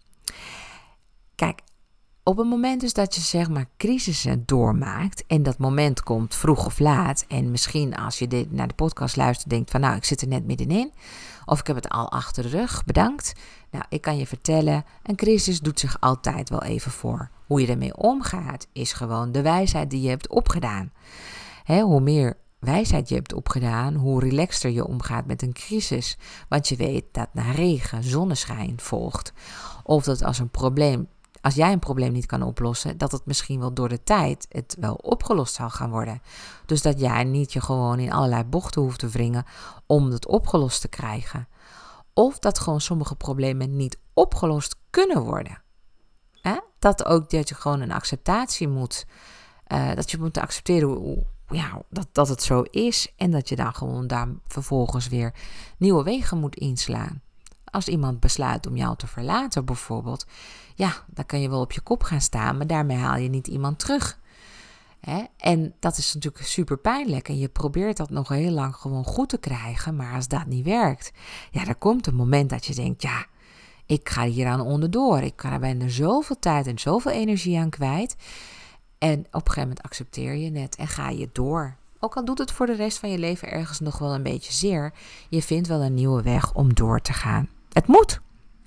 Kijk, op het moment dus dat je zeg maar crisissen doormaakt en dat moment komt vroeg of laat en misschien als je dit naar de podcast luistert denkt van nou ik zit er net middenin of ik heb het al achter de rug, bedankt. Nou, ik kan je vertellen, een crisis doet zich altijd wel even voor. Hoe je ermee omgaat is gewoon de wijsheid die je hebt opgedaan. He, hoe meer wijsheid je hebt opgedaan, hoe relaxter je omgaat met een crisis. Want je weet dat na regen zonneschijn volgt. Of dat als een probleem, als jij een probleem niet kan oplossen, dat het misschien wel door de tijd het wel opgelost zal gaan worden. Dus dat jij niet je gewoon in allerlei bochten hoeft te wringen om het opgelost te krijgen. Of dat gewoon sommige problemen niet opgelost kunnen worden. He? Dat ook dat je gewoon een acceptatie moet, uh, dat je moet accepteren hoe, ja, dat, dat het zo is en dat je dan gewoon daar vervolgens weer nieuwe wegen moet inslaan. Als iemand besluit om jou te verlaten bijvoorbeeld, ja, dan kan je wel op je kop gaan staan, maar daarmee haal je niet iemand terug. Hè? En dat is natuurlijk super pijnlijk en je probeert dat nog heel lang gewoon goed te krijgen, maar als dat niet werkt, ja, dan komt een moment dat je denkt, ja, ik ga hier aan onderdoor. Ik ben er zoveel tijd en zoveel energie aan kwijt. En op een gegeven moment accepteer je het en ga je door. Ook al doet het voor de rest van je leven ergens nog wel een beetje zeer, je vindt wel een nieuwe weg om door te gaan. Het moet.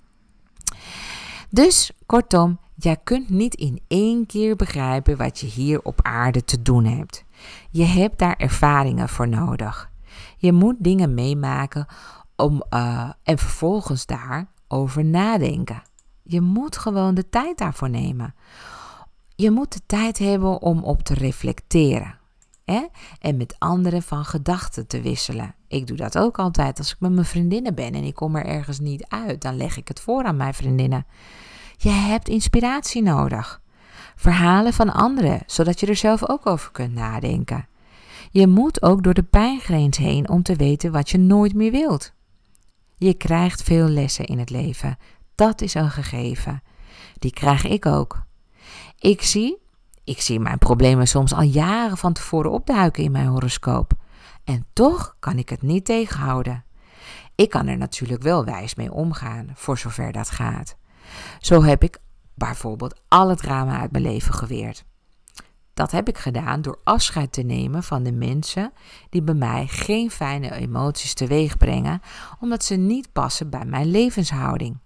Dus, kortom, jij kunt niet in één keer begrijpen wat je hier op aarde te doen hebt. Je hebt daar ervaringen voor nodig. Je moet dingen meemaken om, uh, en vervolgens daarover nadenken. Je moet gewoon de tijd daarvoor nemen. Je moet de tijd hebben om op te reflecteren. Hè? En met anderen van gedachten te wisselen. Ik doe dat ook altijd als ik met mijn vriendinnen ben en ik kom er ergens niet uit. Dan leg ik het voor aan mijn vriendinnen. Je hebt inspiratie nodig. Verhalen van anderen, zodat je er zelf ook over kunt nadenken. Je moet ook door de pijngrens heen om te weten wat je nooit meer wilt. Je krijgt veel lessen in het leven. Dat is een gegeven. Die krijg ik ook. Ik zie, ik zie mijn problemen soms al jaren van tevoren opduiken in mijn horoscoop. En toch kan ik het niet tegenhouden. Ik kan er natuurlijk wel wijs mee omgaan, voor zover dat gaat. Zo heb ik bijvoorbeeld al het drama uit mijn leven geweerd. Dat heb ik gedaan door afscheid te nemen van de mensen die bij mij geen fijne emoties teweeg brengen, omdat ze niet passen bij mijn levenshouding.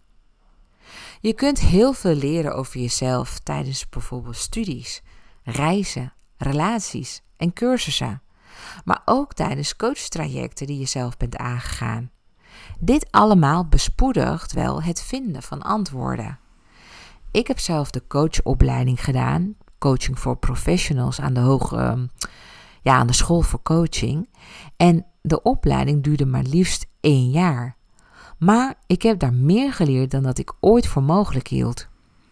Je kunt heel veel leren over jezelf tijdens bijvoorbeeld studies, reizen, relaties en cursussen, maar ook tijdens coachtrajecten die je zelf bent aangegaan. Dit allemaal bespoedigt wel het vinden van antwoorden. Ik heb zelf de coachopleiding gedaan, coaching voor professionals aan de, hoge, ja, aan de school voor coaching. En de opleiding duurde maar liefst één jaar. Maar ik heb daar meer geleerd dan dat ik ooit voor mogelijk hield.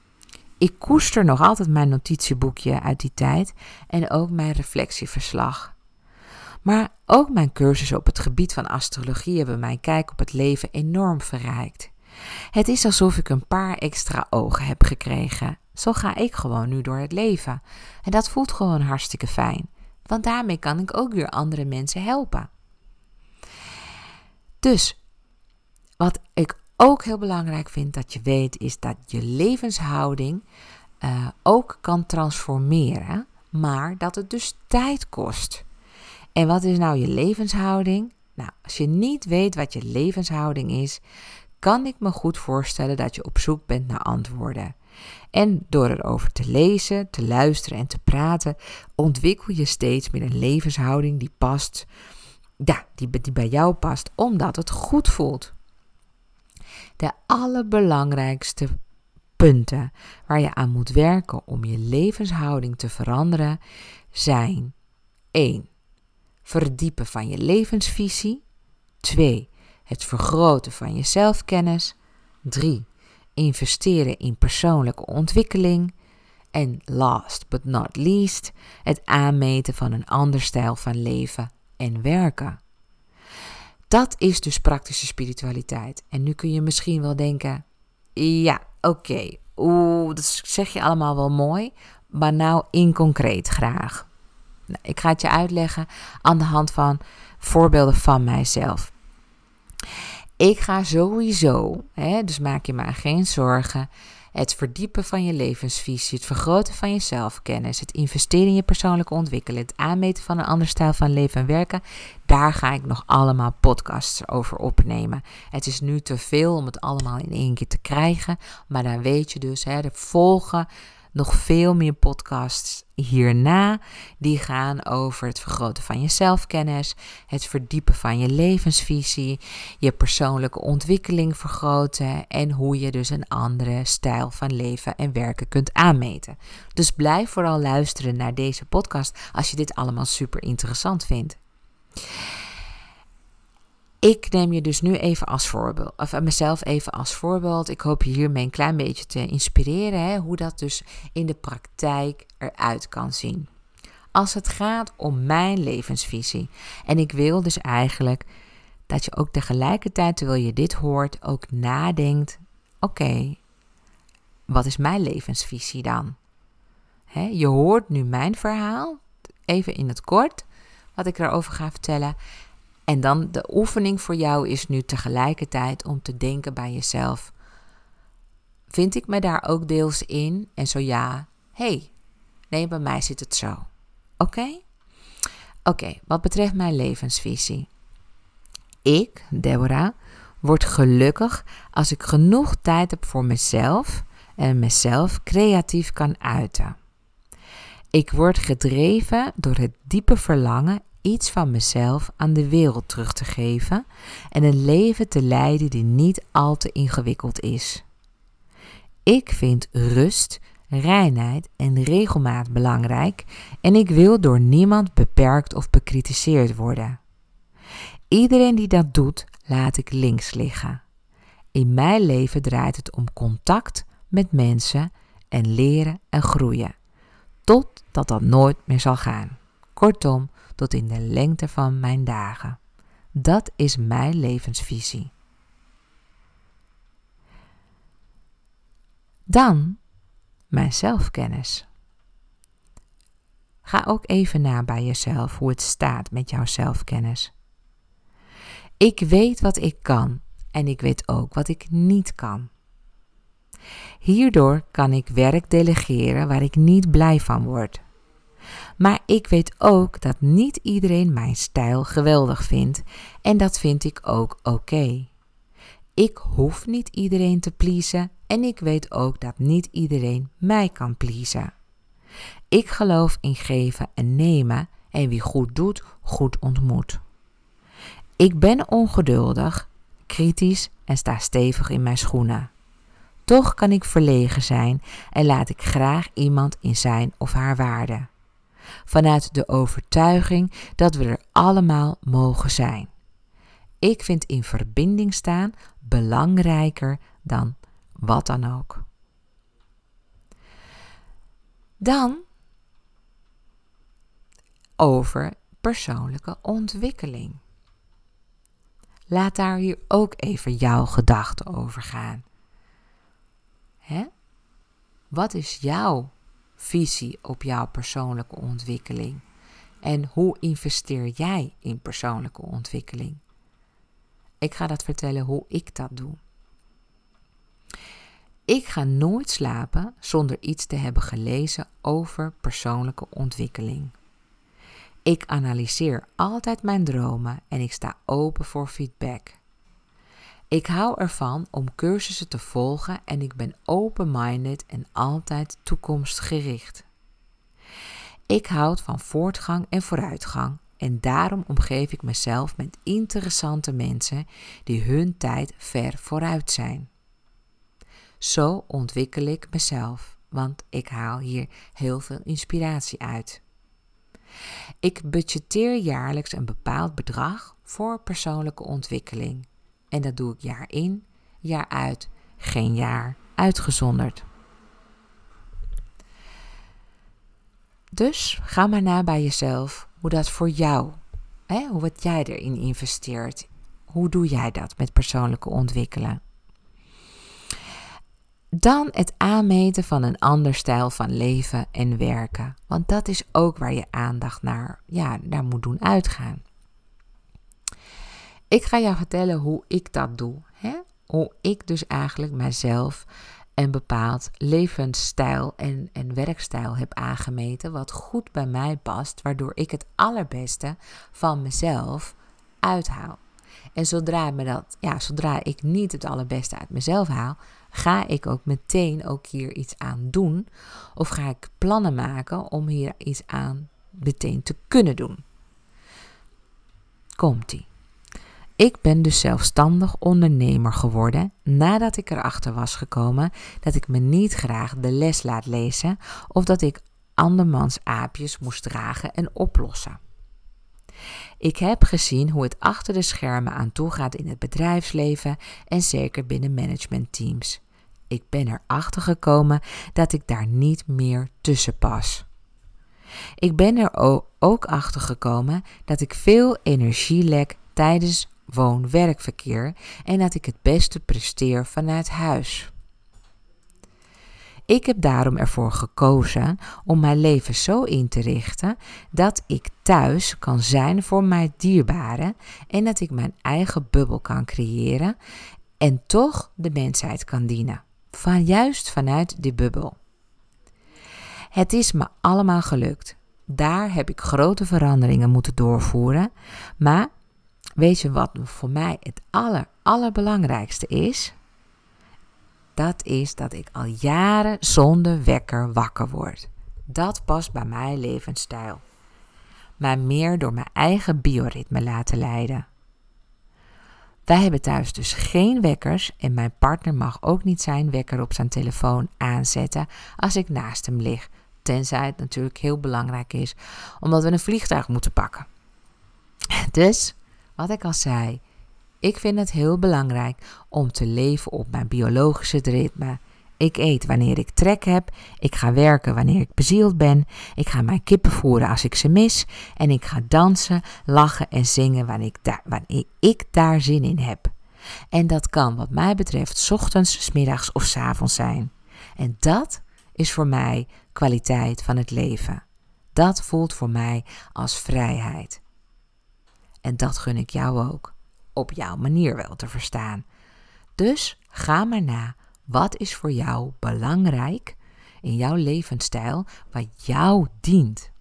Ik koester nog altijd mijn notitieboekje uit die tijd en ook mijn reflectieverslag. Maar ook mijn cursussen op het gebied van astrologie hebben mijn kijk op het leven enorm verrijkt. Het is alsof ik een paar extra ogen heb gekregen. Zo ga ik gewoon nu door het leven. En dat voelt gewoon hartstikke fijn. Want daarmee kan ik ook weer andere mensen helpen. Dus, wat ik ook heel belangrijk vind dat je weet is dat je levenshouding uh, ook kan transformeren, maar dat het dus tijd kost. En wat is nou je levenshouding? Nou, als je niet weet wat je levenshouding is, kan ik me goed voorstellen dat je op zoek bent naar antwoorden. En door erover te lezen, te luisteren en te praten, ontwikkel je steeds meer een levenshouding die past, ja, die, die bij jou past, omdat het goed voelt. De allerbelangrijkste punten waar je aan moet werken om je levenshouding te veranderen zijn één. Verdiepen van je levensvisie. twee. Het vergroten van je zelfkennis. drie. Investeren in persoonlijke ontwikkeling. En last but not least, het aanmeten van een ander stijl van leven en werken. Dat is dus praktische spiritualiteit. En nu kun je misschien wel denken, ja, oké, okay, oeh, dat zeg je allemaal wel mooi, maar nou in concreet graag. Nou, ik ga het je uitleggen aan de hand van voorbeelden van mijzelf. Ik ga sowieso, hè, dus maak je maar geen zorgen, het verdiepen van je levensvisie, het vergroten van je zelfkennis, het investeren in je persoonlijke ontwikkeling, het aanmeten van een ander stijl van leven en werken, daar ga ik nog allemaal podcasts over opnemen. Het is nu te veel om het allemaal in één keer te krijgen, maar dan weet je dus, hè, er volgen nog veel meer podcasts hierna, die gaan over het vergroten van je zelfkennis, het verdiepen van je levensvisie, je persoonlijke ontwikkeling vergroten en hoe je dus een andere stijl van leven en werken kunt aanmeten. Dus blijf vooral luisteren naar deze podcast als je dit allemaal super interessant vindt. Ik neem je dus nu even als voorbeeld, of mezelf even als voorbeeld. Ik hoop je hiermee een klein beetje te inspireren, hè, hoe dat dus in de praktijk eruit kan zien. Als het gaat om mijn levensvisie. En ik wil dus eigenlijk dat je ook tegelijkertijd, terwijl je dit hoort, ook nadenkt, oké, okay, wat is mijn levensvisie dan? Hè, je hoort nu mijn verhaal, even in het kort, wat ik erover ga vertellen. En dan de oefening voor jou is nu tegelijkertijd om te denken bij jezelf. Vind ik me daar ook deels in? En zo ja, hé, hey, nee, bij mij zit het zo. Oké? Okay? Oké, okay, wat betreft mijn levensvisie. Ik, Deborah, word gelukkig als ik genoeg tijd heb voor mezelf en mezelf creatief kan uiten. Ik word gedreven door het diepe verlangen iets van mezelf aan de wereld terug te geven en een leven te leiden die niet al te ingewikkeld is. Ik vind rust, reinheid en regelmaat belangrijk en ik wil door niemand beperkt of bekritiseerd worden. Iedereen die dat doet, laat ik links liggen. In mijn leven draait het om contact met mensen en leren en groeien, totdat dat nooit meer zal gaan. Kortom, tot in de lengte van mijn dagen. Dat is mijn levensvisie. Dan mijn zelfkennis. Ga ook even na bij jezelf hoe het staat met jouw zelfkennis. Ik weet wat ik kan en ik weet ook wat ik niet kan. Hierdoor kan ik werk delegeren waar ik niet blij van word. Maar ik weet ook dat niet iedereen mijn stijl geweldig vindt en dat vind ik ook oké. Okay. Ik hoef niet iedereen te pleasen en ik weet ook dat niet iedereen mij kan pleasen. Ik geloof in geven en nemen en wie goed doet, goed ontmoet. Ik ben ongeduldig, kritisch en sta stevig in mijn schoenen. Toch kan ik verlegen zijn en laat ik graag iemand in zijn of haar waarde. Vanuit de overtuiging dat we er allemaal mogen zijn. Ik vind in verbinding staan belangrijker dan wat dan ook. Dan over persoonlijke ontwikkeling. Laat daar hier ook even jouw gedachten over gaan. Hè? Wat is jouw visie op jouw persoonlijke ontwikkeling? En hoe investeer jij in persoonlijke ontwikkeling? Ik ga dat vertellen hoe ik dat doe. Ik ga nooit slapen zonder iets te hebben gelezen over persoonlijke ontwikkeling. Ik analyseer altijd mijn dromen en ik sta open voor feedback. Ik hou ervan om cursussen te volgen en ik ben open-minded en altijd toekomstgericht. Ik houd van voortgang en vooruitgang en daarom omgeef ik mezelf met interessante mensen die hun tijd ver vooruit zijn. Zo ontwikkel ik mezelf, want ik haal hier heel veel inspiratie uit. Ik budgetteer jaarlijks een bepaald bedrag voor persoonlijke ontwikkeling. En dat doe ik jaar in, jaar uit, geen jaar uitgezonderd. Dus ga maar na bij jezelf hoe dat voor jou, hè, hoe wat jij erin investeert. Hoe doe jij dat met persoonlijke ontwikkelen? Dan het aanmeten van een ander stijl van leven en werken. Want dat is ook waar je aandacht naar, ja, naar moet doen uitgaan. Ik ga jou vertellen hoe ik dat doe. Hè? Hoe ik dus eigenlijk mijzelf een bepaald levensstijl en, en werkstijl heb aangemeten. Wat goed bij mij past. Waardoor ik het allerbeste van mezelf uithaal. En zodra, me dat, ja, zodra ik niet het allerbeste uit mezelf haal, ga ik ook meteen ook hier iets aan doen. Of ga ik plannen maken om hier iets aan meteen te kunnen doen. Komt-ie. Ik ben dus zelfstandig ondernemer geworden nadat ik erachter was gekomen dat ik me niet graag de les laat lezen of dat ik andermans aapjes moest dragen en oplossen. Ik heb gezien hoe het achter de schermen aan toe gaat in het bedrijfsleven en zeker binnen managementteams. Ik ben erachter gekomen dat ik daar niet meer tussen pas. Ik ben er ook achter gekomen dat ik veel energie lek tijdens woon-werkverkeer en dat ik het beste presteer vanuit huis. Ik heb daarom ervoor gekozen om mijn leven zo in te richten dat ik thuis kan zijn voor mijn dierbaren en dat ik mijn eigen bubbel kan creëren en toch de mensheid kan dienen. Van juist vanuit die bubbel. Het is me allemaal gelukt. Daar heb ik grote veranderingen moeten doorvoeren, maar weet je wat voor mij het aller, allerbelangrijkste is? Dat is dat ik al jaren zonder wekker wakker word. Dat past bij mijn levensstijl. Maar meer door mijn eigen bioritme laten leiden. Wij hebben thuis dus geen wekkers en mijn partner mag ook niet zijn wekker op zijn telefoon aanzetten als ik naast hem lig. Tenzij het natuurlijk heel belangrijk is, omdat we een vliegtuig moeten pakken. Dus, wat ik al zei, ik vind het heel belangrijk om te leven op mijn biologische ritme. Ik eet wanneer ik trek heb, ik ga werken wanneer ik bezield ben, ik ga mijn kippen voeren als ik ze mis en ik ga dansen, lachen en zingen wanneer ik daar, wanneer ik daar zin in heb. En dat kan wat mij betreft 's ochtends, 's middags of 's avonds zijn. En dat is voor mij kwaliteit van het leven. Dat voelt voor mij als vrijheid. En dat gun ik jou ook. Op jouw manier wel te verstaan. Dus ga maar na. Wat is voor jou belangrijk in jouw levensstijl wat jou dient?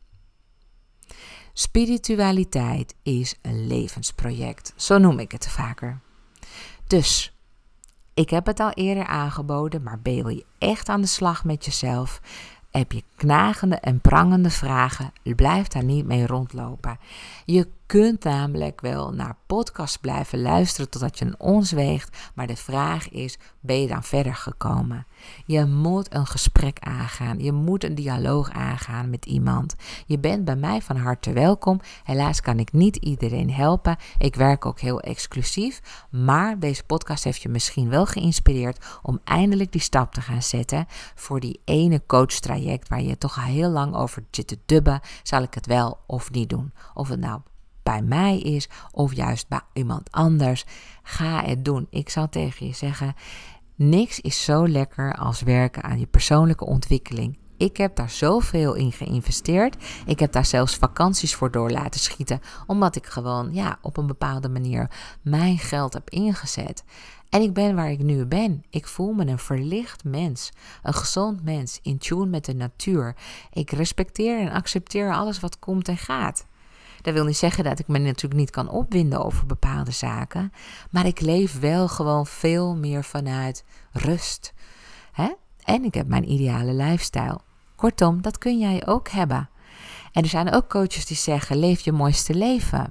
Spiritualiteit is een levensproject. Zo noem ik het vaker. Dus, ik heb het al eerder aangeboden, maar ben je echt aan de slag met jezelf? Heb je knagende en prangende vragen? Blijf daar niet mee rondlopen. Je kunt namelijk wel naar podcasts blijven luisteren totdat je een ons weegt. Maar de vraag is, ben je dan verder gekomen? Je moet een gesprek aangaan. Je moet een dialoog aangaan met iemand. Je bent bij mij van harte welkom. Helaas kan ik niet iedereen helpen. Ik werk ook heel exclusief. Maar deze podcast heeft je misschien wel geïnspireerd om eindelijk die stap te gaan zetten voor die ene coachtraject waar je toch al heel lang over zit te dubben. Zal ik het wel of niet doen? Of het nou bij mij is of juist bij iemand anders. Ga het doen. Ik zal tegen je zeggen, niks is zo lekker als werken aan je persoonlijke ontwikkeling. Ik heb daar zoveel in geïnvesteerd. Ik heb daar zelfs vakanties voor door laten schieten. Omdat ik gewoon ja, op een bepaalde manier mijn geld heb ingezet. En ik ben waar ik nu ben. Ik voel me een verlicht mens. Een gezond mens. In tune met de natuur. Ik respecteer en accepteer alles wat komt en gaat. Dat wil niet zeggen dat ik me natuurlijk niet kan opwinden over bepaalde zaken. Maar ik leef wel gewoon veel meer vanuit rust. Hè? En ik heb mijn ideale lifestyle. Kortom, dat kun jij ook hebben. En er zijn ook coaches die zeggen, leef je mooiste leven.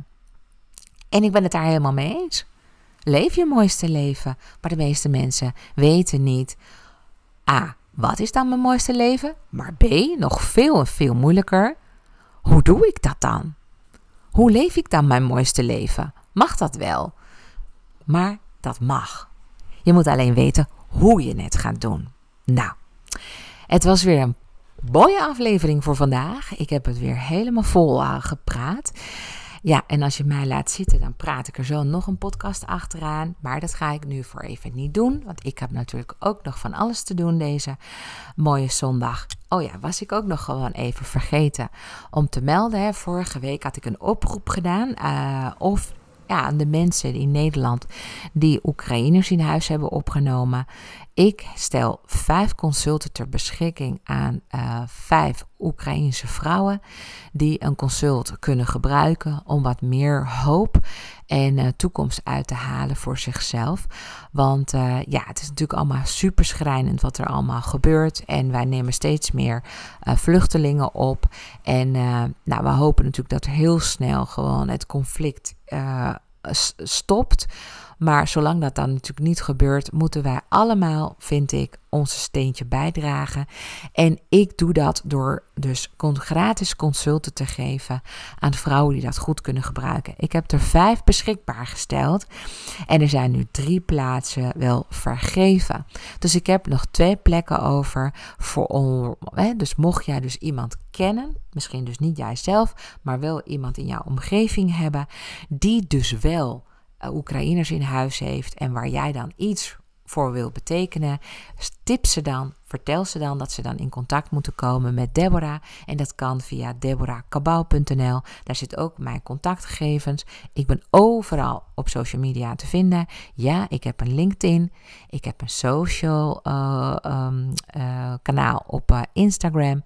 En ik ben het daar helemaal mee eens. Leef je mooiste leven. Maar de meeste mensen weten niet, A, wat is dan mijn mooiste leven? Maar B, nog veel en veel moeilijker, hoe doe ik dat dan? Hoe leef ik dan mijn mooiste leven? Mag dat wel? Maar dat mag. Je moet alleen weten hoe je het gaat doen. Nou, het was weer een mooie aflevering voor vandaag. Ik heb het weer helemaal vol uh, gepraat. Ja, en als je mij laat zitten, dan praat ik er zo nog een podcast achteraan. Maar dat ga ik nu voor even niet doen. Want ik heb natuurlijk ook nog van alles te doen deze mooie zondag. Oh ja, was ik ook nog gewoon even vergeten om te melden. Hè. Vorige week had ik een oproep gedaan. Uh, of ja, aan de mensen in Nederland die Oekraïners in huis hebben opgenomen. Ik stel vijf consulten ter beschikking aan uh, vijf Oekraïense vrouwen die een consult kunnen gebruiken om wat meer hoop en uh, toekomst uit te halen voor zichzelf. Want uh, ja, het is natuurlijk allemaal super schrijnend wat er allemaal gebeurt en wij nemen steeds meer uh, vluchtelingen op. En uh, nou, we hopen natuurlijk dat er heel snel gewoon het conflict uh, stopt. Maar zolang dat dan natuurlijk niet gebeurt, moeten wij allemaal, vind ik, onze steentje bijdragen. En ik doe dat door dus gratis consulten te geven aan vrouwen die dat goed kunnen gebruiken. Ik heb er vijf beschikbaar gesteld en er zijn nu drie plaatsen wel vergeven. Dus ik heb nog twee plekken over voor on, hè, dus mocht jij dus iemand kennen, misschien dus niet jijzelf, maar wel iemand in jouw omgeving hebben, die dus wel Oekraïners in huis heeft en waar jij dan iets voor wil betekenen, tip ze dan, vertel ze dan dat ze dan in contact moeten komen met Deborah. En dat kan via deborah cabau punt n l. Daar zit ook mijn contactgegevens. Ik ben overal op social media te vinden. Ja, ik heb een LinkedIn. Ik heb een social uh, um, uh, kanaal op uh, Instagram,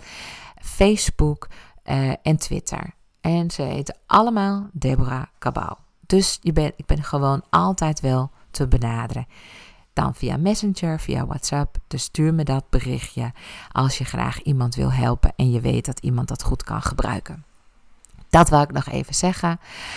Facebook uh, en Twitter. En ze heten allemaal Deborah Cabau. Dus je bent, ik ben gewoon altijd wel te benaderen. Dan via Messenger, via WhatsApp. Dus stuur me dat berichtje als je graag iemand wil helpen en je weet dat iemand dat goed kan gebruiken. Dat wil ik nog even zeggen.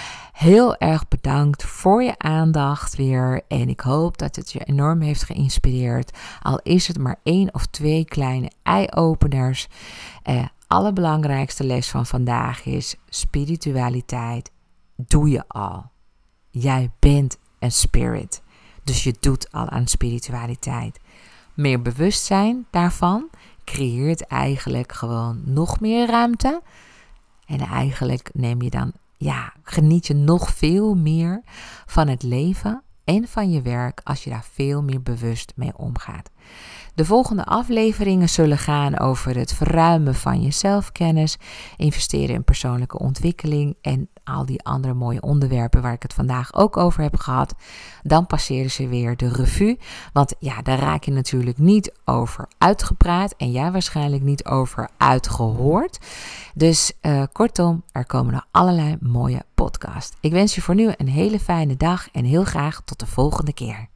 Heel erg bedankt voor je aandacht weer. En ik hoop dat het je enorm heeft geïnspireerd. Al is het maar één of twee kleine eye-openers. Eh, allerbelangrijkste les van vandaag is spiritualiteit. Doe je al. Jij bent een spirit. Dus je doet al aan spiritualiteit. Meer bewustzijn daarvan creëert eigenlijk gewoon nog meer ruimte. En eigenlijk neem je dan, ja, geniet je nog veel meer van het leven en van je werk als je daar veel meer bewust mee omgaat. De volgende afleveringen zullen gaan over het verruimen van je zelfkennis, investeren in persoonlijke ontwikkeling en al die andere mooie onderwerpen waar ik het vandaag ook over heb gehad. Dan passeren ze weer de revue, want ja, daar raak je natuurlijk niet over uitgepraat en jij waarschijnlijk niet over uitgehoord. Dus uh, kortom, er komen nog allerlei mooie podcasts. Ik wens je voor nu een hele fijne dag en heel graag tot de volgende keer.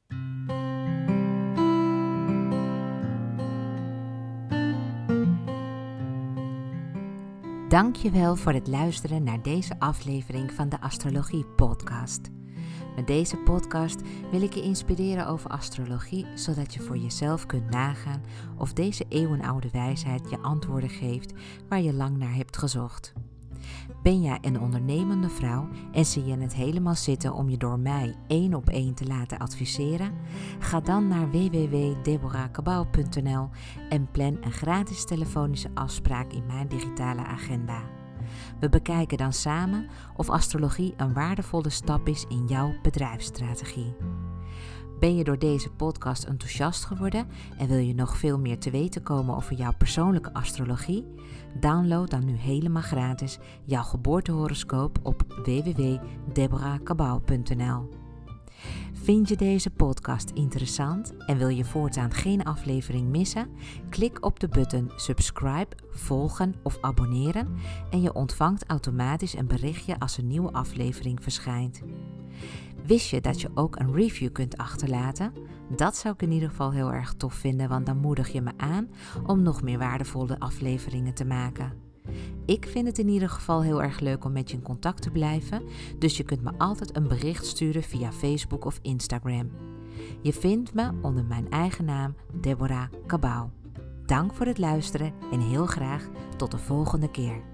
Dankjewel voor het luisteren naar deze aflevering van de Astrologie Podcast. Met deze podcast wil ik je inspireren over astrologie, zodat je voor jezelf kunt nagaan of deze eeuwenoude wijsheid je antwoorden geeft waar je lang naar hebt gezocht. Ben jij een ondernemende vrouw en zie je het helemaal zitten om je door mij één op één te laten adviseren? Ga dan naar w w w punt deborah cabau punt n l en plan een gratis telefonische afspraak in mijn digitale agenda. We bekijken dan samen of astrologie een waardevolle stap is in jouw bedrijfsstrategie. Ben je door deze podcast enthousiast geworden en wil je nog veel meer te weten komen over jouw persoonlijke astrologie? Download dan nu helemaal gratis jouw geboortehoroscoop op w w w punt deborah cabau punt n l. Vind je deze podcast interessant en wil je voortaan geen aflevering missen? Klik op de button subscribe, volgen of abonneren en je ontvangt automatisch een berichtje als een nieuwe aflevering verschijnt. Wist je dat je ook een review kunt achterlaten? Dat zou ik in ieder geval heel erg tof vinden, want dan moedig je me aan om nog meer waardevolle afleveringen te maken. Ik vind het in ieder geval heel erg leuk om met je in contact te blijven, dus je kunt me altijd een bericht sturen via Facebook of Instagram. Je vindt me onder mijn eigen naam Deborah Cabau. Dank voor het luisteren en heel graag tot de volgende keer.